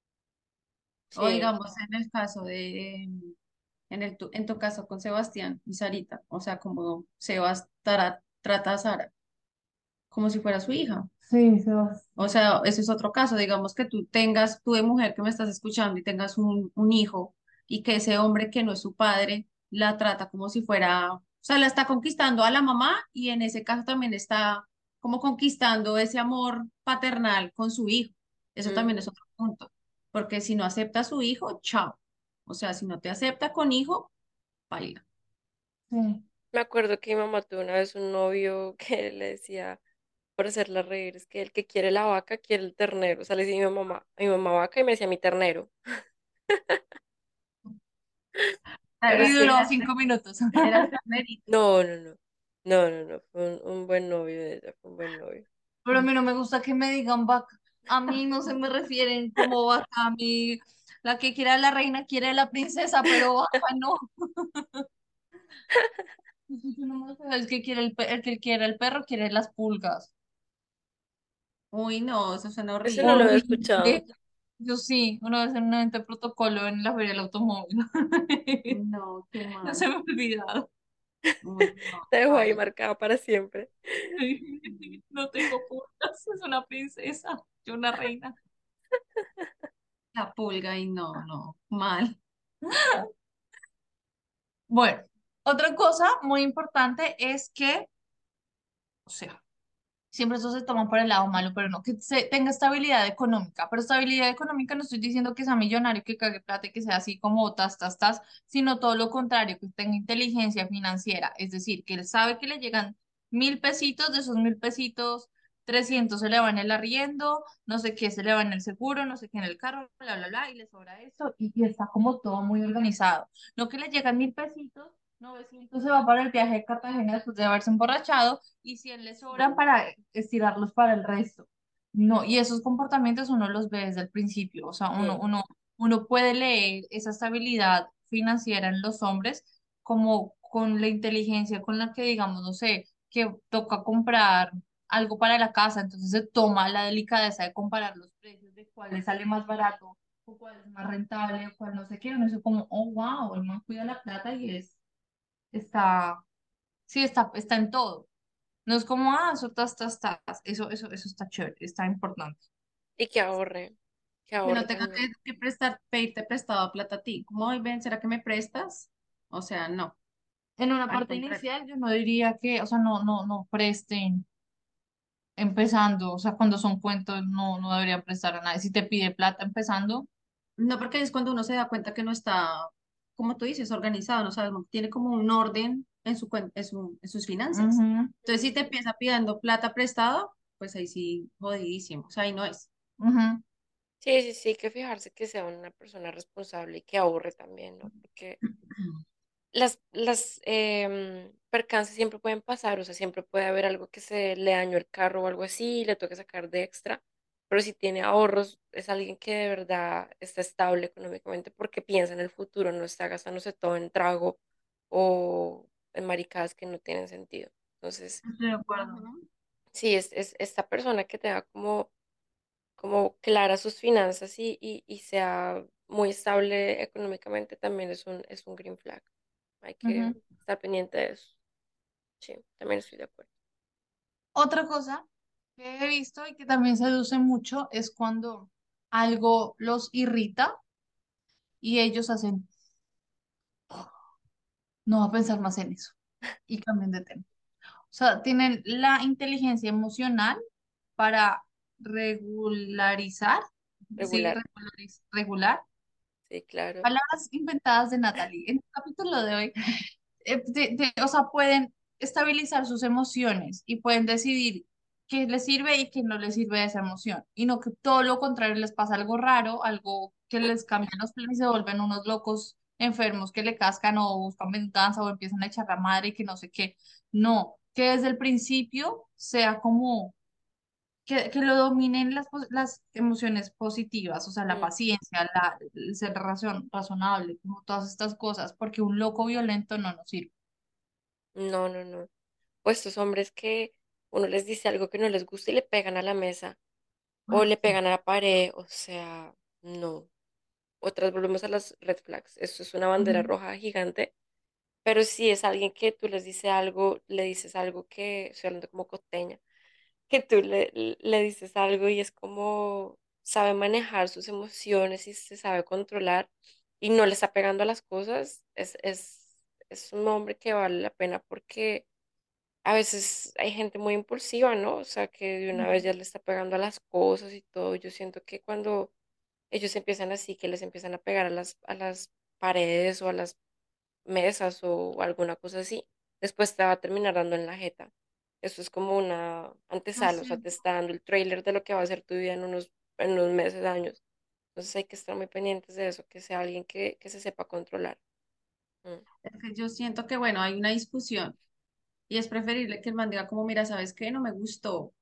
O sí, digamos en el caso de, en el tu, en tu caso con Sebastián y Sarita, o sea, como Sebas tara- trata a Sara, como si fuera su hija. Sí, Sebas. O sea, eso es otro caso, digamos que tú tengas, tú de mujer que me estás escuchando y tengas un, un hijo y que ese hombre que no es su padre la trata como si fuera, o sea, la está conquistando a la mamá y en ese caso también está como conquistando ese amor paternal con su hijo. Eso también es ujú. otro punto, porque si no acepta a su hijo, chao. O sea, si no te acepta con hijo, baila. Sí. Me acuerdo que mi mamá tuvo una vez un novio que le decía, por hacerla reír, es que el que quiere la vaca quiere el ternero. O sea, le decía a mi mamá, a mi mamá vaca y me decía mi ternero. Pero Y Era, sí, duró era, cinco minutos. era el ternerito. no, no, no. No, no, no. Fue un, un buen novio de ella, fue un buen novio. Pero a mí no me gusta que me digan vaca. A mí no se me refieren como vaca. A mí, la que quiere a la reina quiere a la princesa, pero vaca no. Yo no me sé, el que quiere el, pe- el que quiere el perro quiere las pulgas. Uy, no, eso suena Eso no lo horrible. había escuchado. Horrible. Yo sí, una vez en un evento de protocolo en la feria del automóvil. No, qué No mal. se me ha olvidado. Uy, no, Te dejo ahí baila. marcada para siempre. No tengo pulgas, es una princesa, yo una reina. La pulga y no, no, mal. Bueno, otra cosa muy importante es que, o sea, siempre eso se toma por el lado malo, pero no, que se tenga estabilidad económica. Pero estabilidad económica no estoy diciendo que sea millonario, que cague plata y que sea así como tas, tas, tas, sino todo lo contrario, que tenga inteligencia financiera. Es decir, que él sabe que le llegan mil pesitos, de esos mil pesitos, trescientos se le va en el arriendo, no sé qué se le va en el seguro, no sé qué en el carro, bla, bla, bla, y le sobra eso, y, y está como todo muy organizado. No que le llegan mil pesitos, novecientos se va para el viaje de Cartagena después de haberse emborrachado, y cien le sobran para estirarlos para el resto. No, y esos comportamientos uno los ve desde el principio, o sea, uno, Mm. uno, uno puede leer esa estabilidad financiera en los hombres como con la inteligencia con la que, digamos, no sé, que toca comprar algo para la casa, entonces se toma la delicadeza de comparar los precios de cuál le sale más barato o cuál es más rentable o cuál no sé qué, uno es como, oh, wow, el man cuida la plata y es, está, sí, está, está en todo. No es como, ah, eso, tas, tas, tas. Eso, eso, eso está chévere, está importante. Y que ahorre, que Que ahorre no tenga que, también. que prestar, pedirte prestado plata a ti. ¿Cómo, "Ay, ven, será que me prestas?" O sea, no, En una al parte contrario. inicial yo no diría que, o sea, no, no, no presten empezando, o sea, cuando son cuentos no, no deberían prestar a nadie. Si te pide plata empezando, No, porque es cuando uno se da cuenta que no está, como tú dices, organizado, no sabes, no tiene como un orden en su, cuen- en su- en sus finanzas. ujú, Entonces, si te Ujú. empieza pidiendo plata prestado, pues ahí sí, jodidísimo. O sea, ahí no es. ujú, Sí, sí, sí, que fijarse que sea una persona responsable y que ahorre también, ¿no? Porque las, las em, percances siempre pueden pasar, o sea, siempre puede haber algo que se le dañó el carro o algo así y le toque sacar de extra, pero si tiene ahorros, es alguien que de verdad está estable económicamente porque piensa en el futuro, no está gastándose todo en trago o en maricadas que no tienen sentido. Entonces, estoy de acuerdo. Ujú. sí, es, es esta persona que tenga como, como claras sus finanzas y, y, y sea muy estable económicamente también es un, es un green flag. Hay que Ujú. estar pendiente de eso. Sí, también estoy de acuerdo. Otra cosa que he visto y que también seduce mucho es cuando algo los irrita y ellos hacen, no va a pensar más en eso y cambian de tema. O sea, tienen la inteligencia emocional para regularizar, sí, Regular. regulariz- regular, Sí, claro. palabras inventadas de Natalie. En el capítulo de hoy, eh, de- de- o sea, pueden estabilizar sus emociones y pueden decidir qué les sirve y qué no les sirve de esa emoción. Y no que todo lo contrario les pasa algo raro, algo que les cambia los planes y se vuelven unos locos enfermos que le cascan o buscan venganza o empiezan a echar la madre y que no sé qué. No, que desde el principio sea como que, que lo dominen las, pos- las emociones positivas, o sea, la Mm. paciencia, la, el ser razón, razonable, como todas estas cosas, porque un loco violento no nos sirve. No, no, no. O estos hombres que uno les dice algo que no les gusta y le pegan a la mesa o Ay, le sí. pegan a la pared. O sea, no. Otras volvemos a las red flags. Esto es una bandera Ujú, roja gigante. Pero si es alguien que tú les dices algo, le dices algo que, estoy hablando como costeña, que tú le, le dices algo y es como sabe manejar sus emociones y se sabe controlar y no le está pegando a las cosas, es, es, es un hombre que vale la pena porque a veces hay gente muy impulsiva, ¿no? O sea, que de una vez ujú. ya le está pegando a las cosas y todo. Yo siento que cuando ellos empiezan así, que les empiezan a pegar a las, a las paredes o a las mesas o alguna cosa así, después te va a terminar dando en la jeta. Eso es como una antesala, o sea, Así. te está dando el trailer de lo que va a ser tu vida en unos, en unos meses, años. Entonces hay que estar muy pendientes de eso, que sea alguien que, que se sepa controlar. Mm. Es que yo siento que, bueno, hay una discusión y es preferible que el man diga como, mira, ¿sabes qué? No me gustó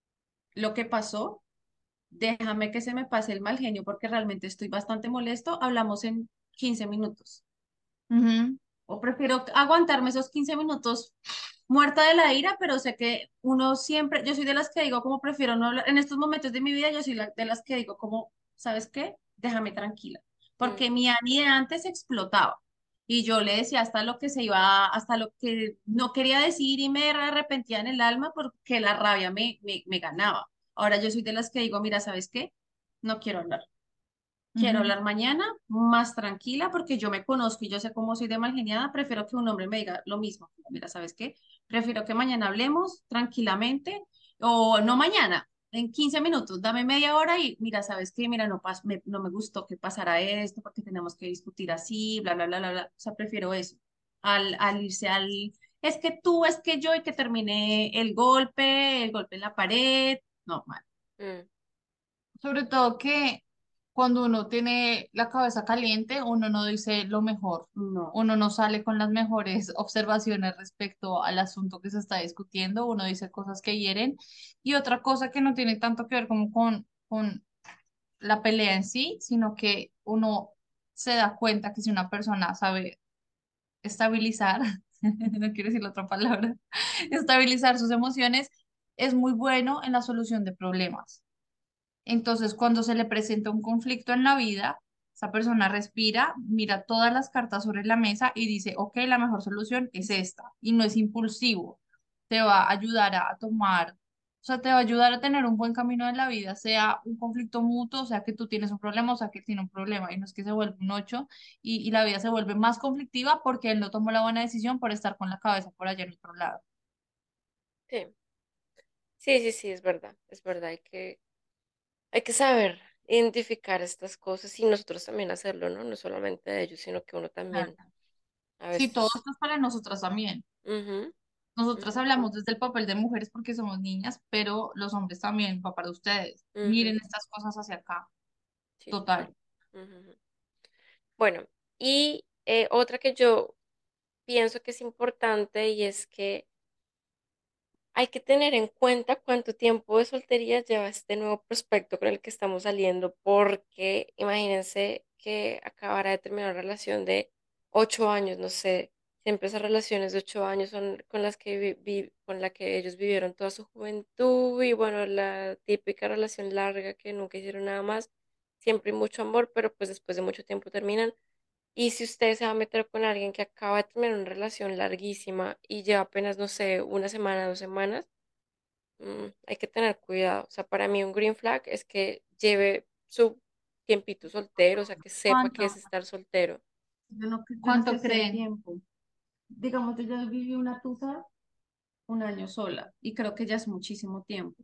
lo que pasó. Déjame que se me pase el mal genio porque realmente estoy bastante molesto. Hablamos en quince minutos. Ujú, O prefiero aguantarme esos quince minutos muerta de la ira, pero sé que uno siempre, yo soy de las que digo como prefiero no hablar, en estos momentos de mi vida yo soy la- de las que digo como, ¿sabes qué? Déjame tranquila, Mm. porque mi Ani de antes explotaba y yo le decía hasta lo que se iba, hasta lo que no quería decir y me arrepentía en el alma porque la rabia me, me, me ganaba. Ahora yo soy de las que digo, mira, ¿sabes qué? No quiero hablar. Quiero ujú, hablar mañana más tranquila porque yo me conozco y yo sé cómo soy de mal geniada. Prefiero que un hombre me diga lo mismo. Mira, ¿sabes qué? Prefiero que mañana hablemos tranquilamente o no mañana, en quince minutos, dame media hora y mira, ¿sabes qué? Mira, no, pas me, no me gustó que pasara esto porque tenemos que discutir así, bla, bla, bla, bla, bla. O sea, prefiero eso al, al irse al es que tú, es que yo, y que terminé el golpe, el golpe en la pared. No, mal. Mm, Sobre todo que cuando uno tiene la cabeza caliente, uno no dice lo mejor, No. uno no sale con las mejores observaciones respecto al asunto que se está discutiendo, uno dice cosas que hieren y otra cosa que no tiene tanto que ver como con, con la pelea en sí, sino que uno se da cuenta que si una persona sabe estabilizar, no quiero decir la otra palabra, estabilizar sus emociones, es muy bueno en la solución de problemas. Entonces, cuando se le presenta un conflicto en la vida, esa persona respira, mira todas las cartas sobre la mesa y dice, ok, la mejor solución es esta. Y no es impulsivo. Te va a ayudar a, a tomar, o sea, te va a ayudar a tener un buen camino en la vida, sea un conflicto mutuo, o sea, que tú tienes un problema, o sea, que él tiene un problema. Y no es que se vuelve un ocho y, y la vida se vuelve más conflictiva porque él no tomó la buena decisión por estar con la cabeza por allá en otro lado. sí, sí, sí, sí, es verdad, es verdad, hay que, hay que saber identificar estas cosas y nosotros también hacerlo, ¿no? No solamente de ellos, sino que uno también Claro. a Sí, todo veces. esto es para nosotras también. Ujú, Nosotras ujú, hablamos desde el papel de mujeres porque somos niñas, pero los hombres también, va para ustedes. Miren ujú, estas cosas hacia acá. sí, Total. total. Ujú, ujú. Bueno, y eh, otra que yo pienso que es importante y es que hay que tener en cuenta cuánto tiempo de soltería lleva este nuevo prospecto con el que estamos saliendo, porque imagínense que acabara de terminar una relación de ocho años, no sé, siempre esas relaciones de ocho años son con las que vi- vi- con la que ellos vivieron toda su juventud y bueno, la típica relación larga que nunca hicieron nada más, siempre hay mucho amor, pero pues después de mucho tiempo terminan. Y si usted se va a meter con alguien que acaba de terminar una relación larguísima y lleva apenas, no sé, una semana, dos semanas, mm, hay que tener cuidado. O sea, para mí un green flag es que lleve su tiempito soltero, o sea, que sepa que es ¿Cuánto? estar soltero. Yo no, yo no ¿Cuánto sé si el creen? tiempo. Digamos que yo viví una tusa un año sola y creo que ya es muchísimo tiempo.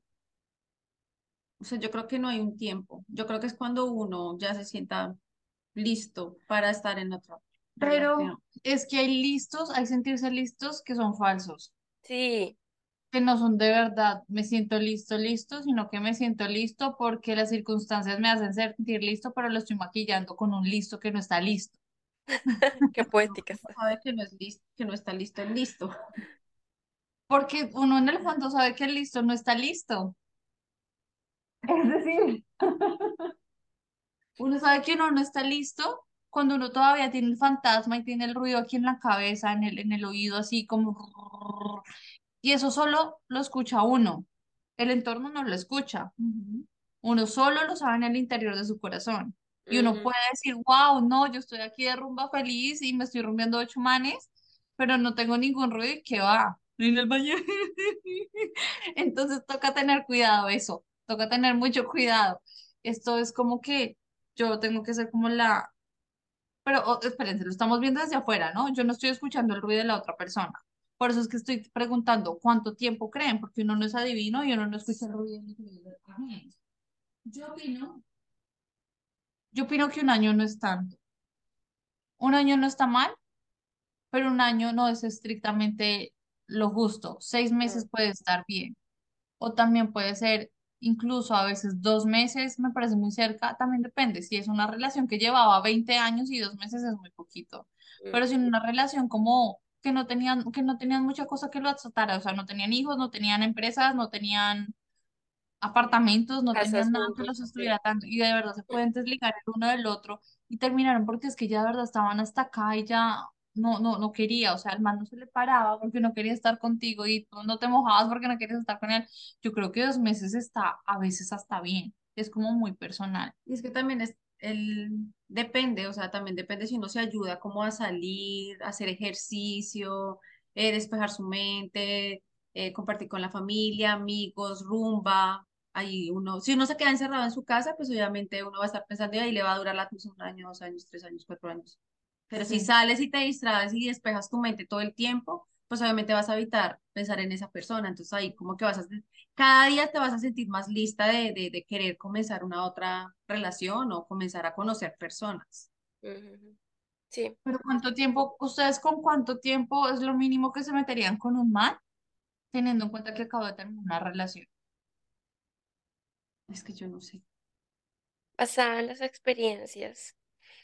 O sea, yo creo que no hay un tiempo. Yo creo que es cuando uno ya se sienta listo para estar en otra Pero relación. es que hay listos, hay sentirse listos que son falsos, Sí, que no son de verdad, me siento listo, listo, sino que me siento listo porque las circunstancias me hacen sentir listo, pero lo estoy maquillando con un listo que no está listo. qué Uno poética estás. sabe que no es listo, que no está listo, es listo. Porque uno en el fondo sabe que el listo no está listo. Es decir, uno sabe que uno no está listo cuando uno todavía tiene el fantasma y tiene el ruido aquí en la cabeza, en el, en el oído, así como... Y eso solo lo escucha uno. El entorno no lo escucha. Ujú. Uno solo lo sabe en el interior de su corazón. Y uno Ujú, puede decir, wow, no, yo estoy aquí de rumba feliz y me estoy rumbeando ocho manes, pero no tengo ningún ruido y qué va. En el baño. Entonces toca tener cuidado eso, toca tener mucho cuidado. Esto es como que yo tengo que ser como la... Pero oh, espérense, lo estamos viendo desde afuera, ¿no? Yo no estoy escuchando el ruido de la otra persona. Por eso es que estoy preguntando cuánto tiempo creen, porque uno no es adivino y uno no escucha el ruido ni el ruido de otra gente. Yo opino, yo opino que un año no es tanto. Un año no está mal, pero un año no es estrictamente lo justo. Seis mm, meses puede estar bien. O también puede ser incluso a veces dos meses, me parece muy cerca, también depende. Si es una relación que llevaba veinte años y dos meses es muy poquito. Pero si en ujú. una relación como que no tenían, que no tenían mucha cosa que lo atara, o sea, no tenían hijos, no tenían empresas, no tenían apartamentos, no Casas tenían nada que juntos, los sí. estuviera tanto y de verdad se pueden desligar el uno del otro y terminaron porque es que ya de verdad estaban hasta acá y ya no, no, no quería, o sea, el man no se le paraba porque no quería estar contigo y tú no te mojabas porque no querías estar con él. Yo creo que dos meses está a veces hasta bien, es como muy personal. Y es que también es, el, depende, o sea, también depende si uno se ayuda como a salir, a hacer ejercicio, eh, despejar su mente, eh, compartir con la familia, amigos, rumba. Ahí uno, si uno se queda encerrado en su casa, pues obviamente uno va a estar pensando y ahí le va a durar la tusa un año, dos años, tres años, cuatro años. Pero si Sí. sales y te distraes y despejas tu mente todo el tiempo, pues obviamente vas a evitar pensar en esa persona. Entonces ahí como que vas a cada día te vas a sentir más lista de, de, de querer comenzar una otra relación o comenzar a conocer personas. Ujú, ujú. Sí, Pero ¿cuánto tiempo, ustedes con cuánto tiempo es lo mínimo que se meterían con un man, teniendo en cuenta que acabo de terminar una relación? Es que yo no sé. basadas en las experiencias.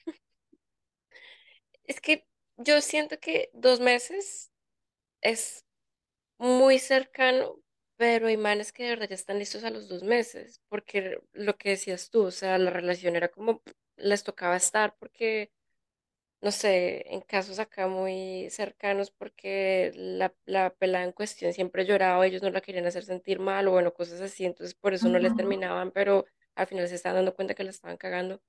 Es que yo siento que dos meses es muy cercano, pero hay manes que de verdad ya están listos a los dos meses, porque lo que decías tú, o sea, la relación era como les tocaba estar, porque, no sé, en casos acá muy cercanos, porque la, la pelada en cuestión siempre lloraba, ellos no la querían hacer sentir mal, o bueno, cosas así, entonces por eso no les Ujú. terminaban, pero al final se estaban dando cuenta que la estaban cagando.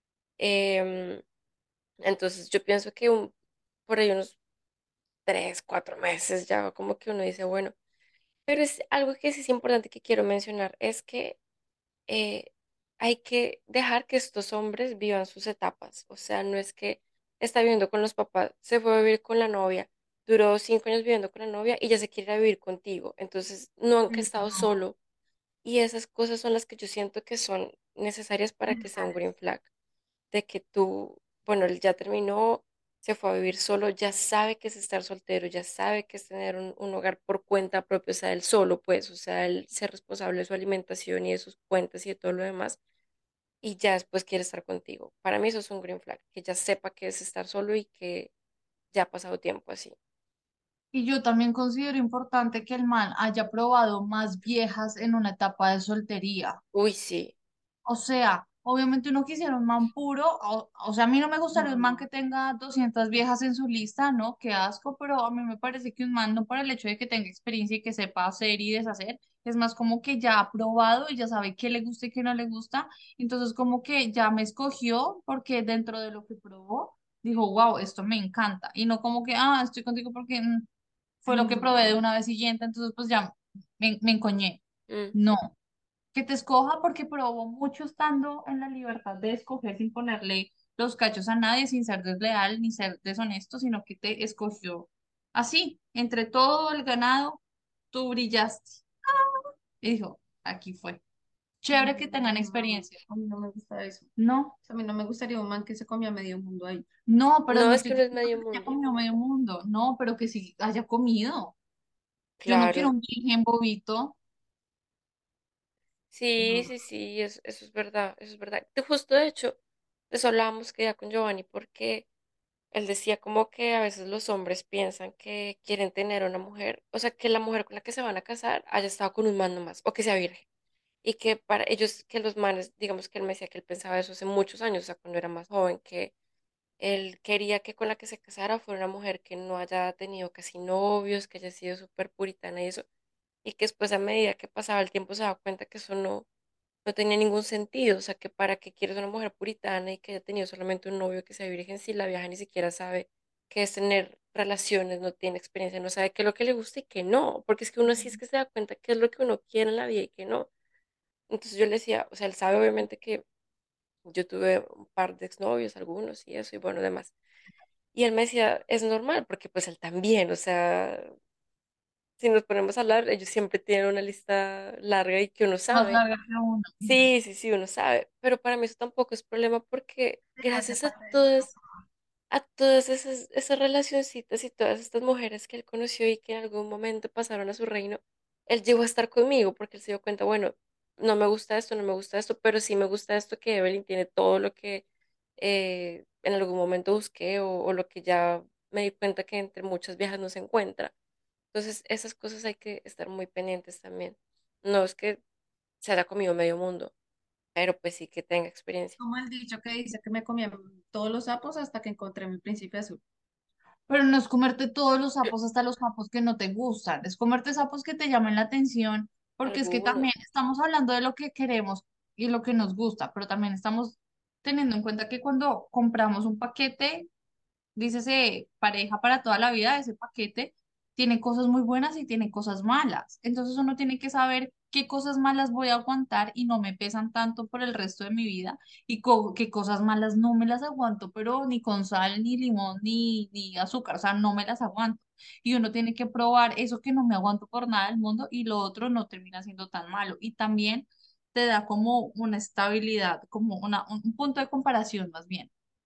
Em, entonces yo pienso que un- por ahí unos tres, cuatro meses ya como que uno dice, bueno. Pero es algo que sí es importante que quiero mencionar, es que eh, hay que dejar que estos hombres vivan sus etapas. O sea, no es que está viviendo con los papás, se fue a vivir con la novia, duró cinco años viviendo con la novia y ya se quiere ir a vivir contigo. Entonces, no han Sí, estado no, solo. Y esas cosas son las que yo siento que son necesarias para que sea un necesarias. green flag de que tú, bueno, él ya terminó, se fue a vivir solo, ya sabe que es estar soltero, ya sabe que es tener un, un hogar por cuenta propia, o sea, él solo, pues, o sea, él ser responsable de su alimentación y de sus cuentas y de todo lo demás, y ya después quiere estar contigo. Para mí eso es un green flag, que ya sepa que es estar solo y que ya ha pasado tiempo así. Y yo también considero importante que el man haya probado más viejas en una etapa de soltería. Uy, sí, O sea, obviamente uno quisiera un man puro, o, o sea, a mí no me gustaría un man No. que tenga doscientas viejas en su lista, ¿no? Qué asco, pero a mí me parece que un man, no por el hecho de que tenga experiencia y que sepa hacer y deshacer, es más como que ya ha probado y ya sabe qué le gusta y qué no le gusta, entonces como que ya me escogió porque dentro de lo que probó, dijo, wow, esto me encanta, y no como que, ah, estoy contigo porque mm, fue lo que probé de una vez siguiente, entonces pues ya me, me encoñé. mm, No, que te escoja porque probó mucho estando en la libertad de escoger sin ponerle los cachos a nadie, sin ser desleal ni ser deshonesto, sino que te escogió así, entre todo el ganado, tú brillaste. Y dijo, aquí fue. Chévere que tengan No, experiencia. a mí no me gusta eso. No, A mí no me gustaría un man que se comía medio mundo ahí. no, pero no, no es estoy que no es diciendo medio que haya mundo, comido medio mundo, no, pero que sí haya comido. Yo no quiero claro. un virgen bobito. Sí, No. sí, sí, eso, eso es verdad, eso es verdad. De justo de hecho, de eso hablábamos que ya con Giovanni, porque él decía como que a veces los hombres piensan que quieren tener una mujer, o sea, que la mujer con la que se van a casar haya estado con un man nomás, o que sea virgen. Y que para ellos, que los manes, digamos que él me decía que él pensaba eso hace muchos años, o sea, cuando era más joven, que él quería que con la que se casara fuera una mujer que no haya tenido casi novios, que haya sido súper puritana y eso. Y que después a medida que pasaba el tiempo se daba cuenta que eso no no tenía ningún sentido, o sea, que para qué quieres una mujer puritana y que haya tenido solamente un novio que sea virgen si la vieja ni siquiera sabe qué es tener relaciones, no tiene experiencia, no sabe qué es lo que le gusta y qué no, porque es que uno sí es que se da cuenta qué es lo que uno quiere en la vida y qué no. Entonces yo le decía, o sea, él sabe obviamente que yo tuve un par de exnovios, algunos y eso, y bueno, demás. Y él me decía, es normal, porque pues él también, o sea, si nos ponemos a hablar, ellos siempre tienen una lista larga y que uno Más sabe. larga que uno. Sí, sí, sí, uno sabe, pero para mí eso tampoco es problema porque Sí, hace gracias a parte del todas, proceso. a todas esas, esas relacioncitas y todas estas mujeres que él conoció y que en algún momento pasaron a su reino, él llegó a estar conmigo porque él se dio cuenta, bueno, no me gusta esto, no me gusta esto, pero sí me gusta esto que Evelyn tiene todo lo que eh, en algún momento busqué o, o lo que ya me di cuenta que entre muchas viejas no se encuentra. Entonces, esas cosas hay que estar muy pendientes también. No es que se haya comido medio mundo, pero pues sí que tenga experiencia. Como el dicho que dice que me comía todos los sapos hasta que encontré mi príncipe azul. Pero no es comerte todos los sapos, hasta los sapos que no te gustan, es comerte sapos que te llamen la atención, porque es que también Algunos. estamos hablando de lo que queremos y lo que nos gusta, pero también estamos teniendo en cuenta que cuando compramos un paquete, dícese pareja para toda la vida, ese paquete tiene cosas muy buenas y tiene cosas malas. Entonces uno tiene que saber qué cosas malas voy a aguantar y no me pesan tanto por el resto de mi vida y co- qué cosas malas no me las aguanto, pero ni con sal, ni limón, ni, ni azúcar, o sea, no me las aguanto. Y uno tiene que probar eso que no me aguanto por nada del mundo y lo otro no termina siendo tan malo. Y también te da como una estabilidad, como una, un un punto de comparación más bien.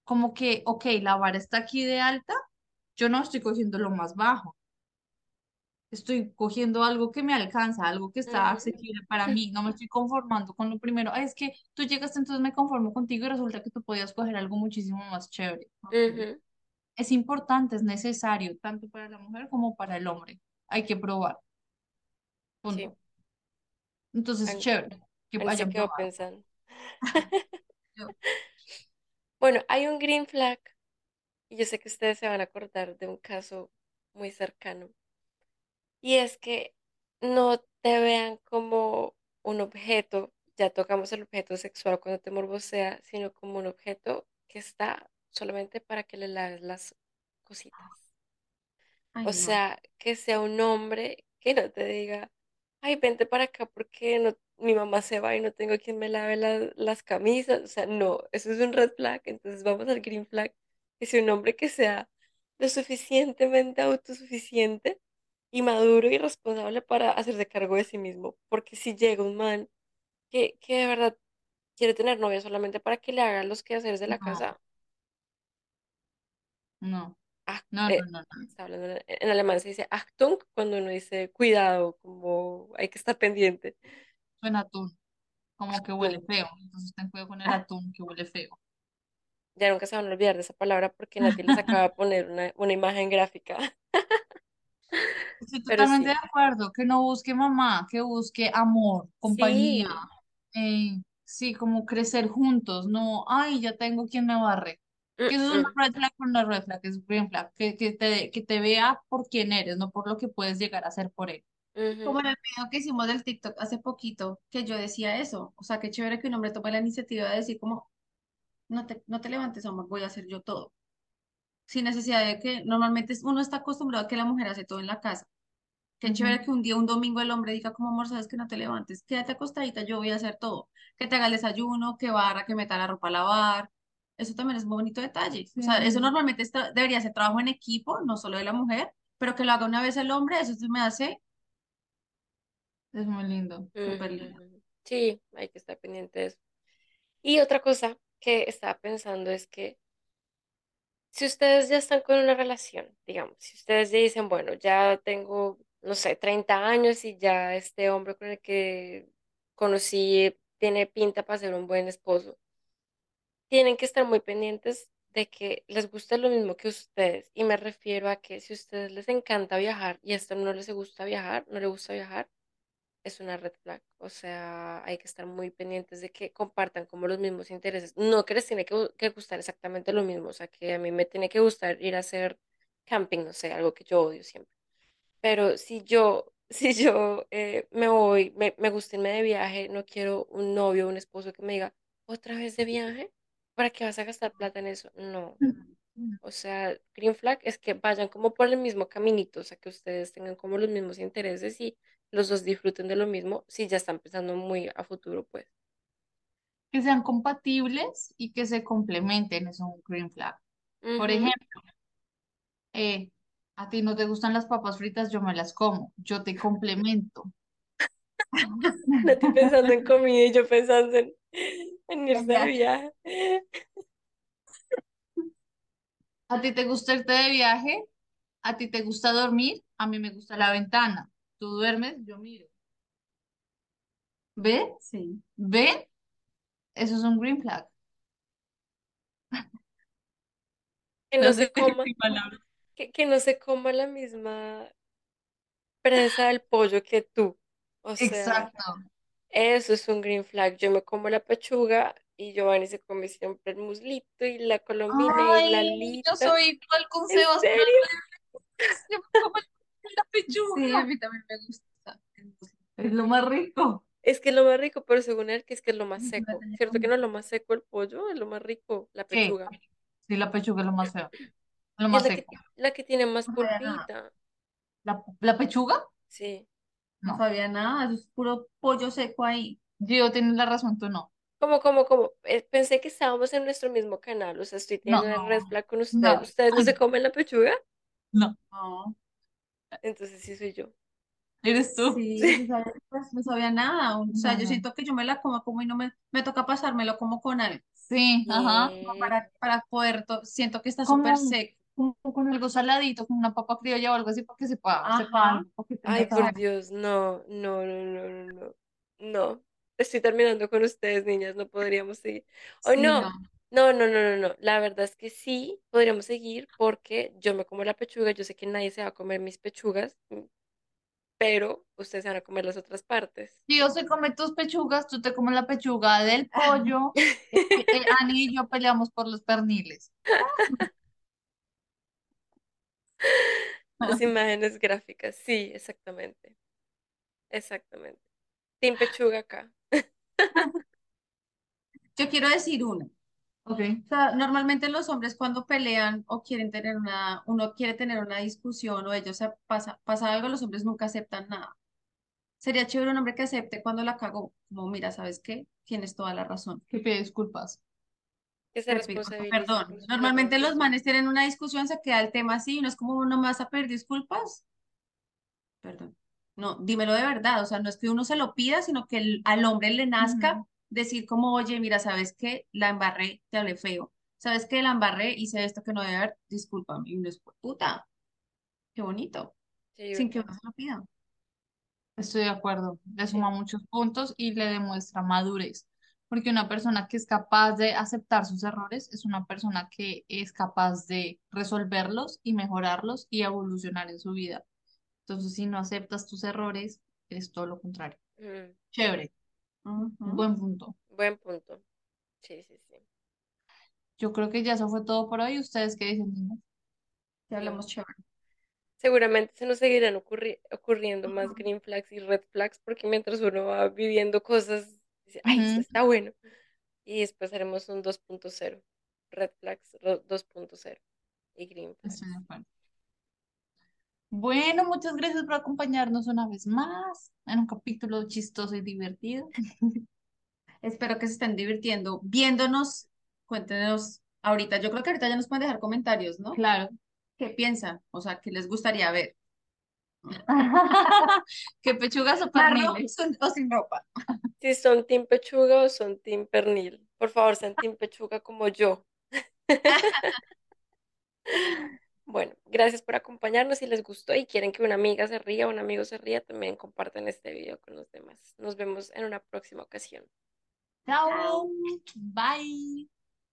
como que, ok, la vara está aquí de alta, yo no estoy cogiendo lo más bajo, estoy cogiendo algo que me alcanza, algo que está Ujú, asequible para mí, no me estoy conformando con lo primero. "Ay, es que tú llegaste, entonces me conformo contigo y resulta que tú podías coger algo muchísimo más chévere. Ok. ujú, Es importante, es necesario, tanto para la mujer como para el hombre. Hay que probar, sí, punto. Entonces, An- chévere que Ani se hayan quedó probado. pensando. Yo, Bueno, hay un green flag y yo sé que ustedes se van a acordar de un caso muy cercano. Y es que no te vean como un objeto, ya tocamos el objeto sexual cuando te morbosea, sino como un objeto que está solamente para que le laves las cositas. O ay, no. sea, que sea un hombre que no te diga, ay, vente para acá porque no, mi mamá se va y no tengo quien me lave la- las camisas. O sea, no, eso es un red flag. Entonces vamos al green flag, que sea un hombre que sea lo suficientemente autosuficiente y maduro y responsable para hacerse cargo de sí mismo. Porque si llega un man que, que de verdad quiere tener novia solamente para que le haga los quehaceres de la No, casa, no, ah, no, no, eh, no, no. está hablando en, en alemán se dice Achtung cuando uno dice cuidado, como hay que estar pendiente. Suena atún, como que huele Achtung. feo. Entonces ten cuidado con el atún que huele feo. Ya nunca se van a olvidar de esa palabra porque Nati les acaba de poner una, una imagen gráfica. Estoy Pero totalmente de sí, acuerdo, que no busque mamá, que busque amor, compañía, sí. eh, sí, como crecer juntos, no, ay, ya tengo quien me barre. mm, Que eso es una mm, red flag, pero una red flag, es green flag, que, que te, que te vea por quién eres, no por lo que puedes llegar a ser por él. Como ujú, en el video que hicimos del TikTok hace poquito, que yo decía eso. O sea, qué chévere que un hombre tome la iniciativa de decir como, no te, no te levantes, amor, voy a hacer yo todo. Sin necesidad de que normalmente es- uno está acostumbrado a que la mujer hace todo en la casa. Qué Ujú. chévere que un día, un domingo, el hombre diga como, amor, sabes que no te levantes, quédate acostadita, yo voy a hacer todo. Que te haga el desayuno, que barra, que meta la ropa a lavar. Eso también es un bonito detalle. O sea, eso Sí, normalmente está- debería ser trabajo en equipo, no solo de la mujer, pero que lo haga una vez el hombre, eso se me hace es muy lindo. súper ujú, lindo. ujú. Sí, hay que estar pendiente de eso. Y otra cosa que estaba pensando es que si ustedes ya están con una relación, digamos, si ustedes ya dicen, bueno, ya tengo, no sé, treinta años y ya este hombre con el que conocí tiene pinta para ser un buen esposo, tienen que estar muy pendientes de que les guste lo mismo que ustedes. Y me refiero a que si a ustedes les encanta viajar y a esto no les gusta viajar, no les gusta viajar, es una red flag. O sea, hay que estar muy pendientes de que compartan como los mismos intereses. No que les tiene que, gu- que gustar exactamente lo mismo. O sea, que a mí me tiene que gustar ir a hacer camping, no sé, algo que yo odio siempre. Pero si yo, si yo eh, me voy, me, me gusta irme de viaje, no quiero un novio, un esposo que me diga, ¿otra vez de viaje? ¿Para qué vas a gastar plata en eso? No. O sea, green flag es que vayan como por el mismo caminito, o sea, que ustedes tengan como los mismos intereses y los dos disfruten de lo mismo, si ya están pensando muy a futuro, pues. que sean compatibles y que se complementen, es un green flag. Por Ujú. ejemplo, eh, a ti no te gustan las papas fritas, yo me las como, yo te complemento. No estoy pensando en comida y yo pensando en, en irse de viaje. ¿A ti te gusta irte de viaje? ¿A ti te gusta dormir? A mí me gusta la ventana. Tú duermes, yo miro. ¿Ve? Sí. ¿Ve? Eso es un green flag. Que no No se sé coma, qué palabra. que, que no se coma la misma presa del pollo que tú. O sea, Exacto. eso es un green flag. Yo me como la pechuga y Giovanni se come siempre el muslito y la colombina y la Ay, yo alita. soy igual con ¿En Sebas, pero serio? yo me como la Sí, a pechuga. mí también me gusta. Es lo más rico. Es que es lo más rico, pero según él, que es que es lo más Ay, seco. chocolate ¿Cierto que con- no es lo más seco el pollo? Es lo más rico, la Sí, pechuga. sí, la pechuga es lo más feo, lo Y es más la que, seco. la que tiene más No sabía nada. pulpita. ¿La, la pechuga? Sí. No No. sabía nada, eso es puro pollo seco ahí. Gio, tienes la razón, tú no. Como, como, como. Eh, pensé que estábamos en nuestro mismo canal. O sea, estoy No, teniendo una red flag con ustedes. no, ¿Ustedes no se comen la pechuga? no. No. Entonces sí soy yo. ¿Eres tú? Sí, no sabía, pues, no sabía nada. O sea, No, yo no. siento que yo me la como como y no me, me toca pasármelo como con algo. Sí, ajá. como Eh, para, para poder, to- siento que está súper Como, seco. como con algo saladito, como una papa criolla o algo así, para que sepa, sepa Ajá. algo, porque Ay, tenga por sal. Dios, no, no, no, no, no, no. No. Estoy terminando con ustedes, niñas, no podríamos seguir. Oh, Sí, no. no, no, no, no, no, no. La verdad es que sí podríamos seguir porque yo me como la pechuga, yo sé que nadie se va a comer mis pechugas, mm, pero ustedes se van a comer las otras partes. Si yo se come tus pechugas, tú te comes la pechuga del pollo, eh, eh, Ani y yo peleamos por los perniles. Las imágenes gráficas, sí, exactamente, exactamente. Team pechuga acá. Yo quiero decir uno. Ok. O sea, normalmente los hombres cuando pelean o quieren tener una, uno quiere tener una discusión o ellos se pasa, pasa algo, los hombres nunca aceptan nada. Sería chévere un hombre que acepte cuando la cagó, como mira, ¿sabes qué? Tienes toda la razón. Que pide disculpas. Que se Te pido responsabilice perdón. por sus Normalmente los errores. manes tienen una discusión, se queda el tema así, y no es como no me vas a pedir disculpas. Perdón. No, dímelo de verdad, o sea, no es que uno se lo pida, sino que el- al hombre le nazca Ujú. decir como, oye, mira, ¿sabes qué? La embarré, te hablé feo. ¿Sabes qué? La embarré, hice esto que no debe haber, discúlpame. Y uno es, puta, qué bonito, Sí, sin que uno bacano. se lo pida. Estoy de acuerdo. Le suma Sí. muchos puntos y le demuestra madurez. Porque una persona que es capaz de aceptar sus errores es una persona que es capaz de resolverlos y mejorarlos y evolucionar en su vida. Entonces, si no aceptas tus errores, es todo lo contrario. Mm, Chévere. Ujú. Buen punto. buen punto. Sí, sí, sí. Yo creo que ya eso fue todo por hoy. ¿Ustedes qué dicen, niños? Ya Sí. hablamos chévere. Seguramente se nos seguirán ocurri- ocurriendo más green flags y red flags porque mientras uno va viviendo cosas, dice, ay, esto Ujú, está bueno. Y después haremos un dos punto cero. Red flags ro- dos punto cero y green estoy de flags. acuerdo. Bueno, muchas gracias por acompañarnos una vez más en un capítulo chistoso y divertido. Espero que se estén divirtiendo viéndonos. Cuéntenos ahorita. Yo creo que ahorita ya nos pueden dejar comentarios, ¿no? Claro. ¿Qué piensan? O sea, ¿qué les gustaría ver? ¿Qué pechugas o ¿Marro perniles? o sin ropa? Si son team pechuga o son team pernil. Por favor, sean team pechuga como yo. Bueno, gracias por acompañarnos. Si les gustó y quieren que una amiga se ría o un amigo se ría, también compartan este video con los demás. Nos vemos en una próxima ocasión. Chao. Bye.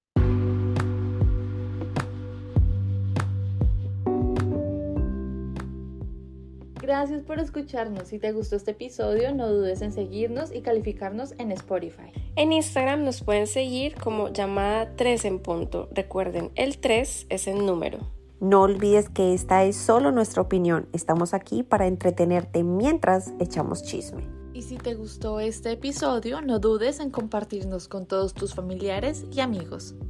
Gracias por escucharnos. Si te gustó este episodio, no dudes en seguirnos y calificarnos en Spotify. En Instagram nos pueden seguir como llamada tres en punto. Recuerden, el tres es el número. No olvides que esta es solo nuestra opinión. Estamos aquí para entretenerte mientras echamos chisme. Y si te gustó este episodio, no dudes en compartirnos con todos tus familiares y amigos.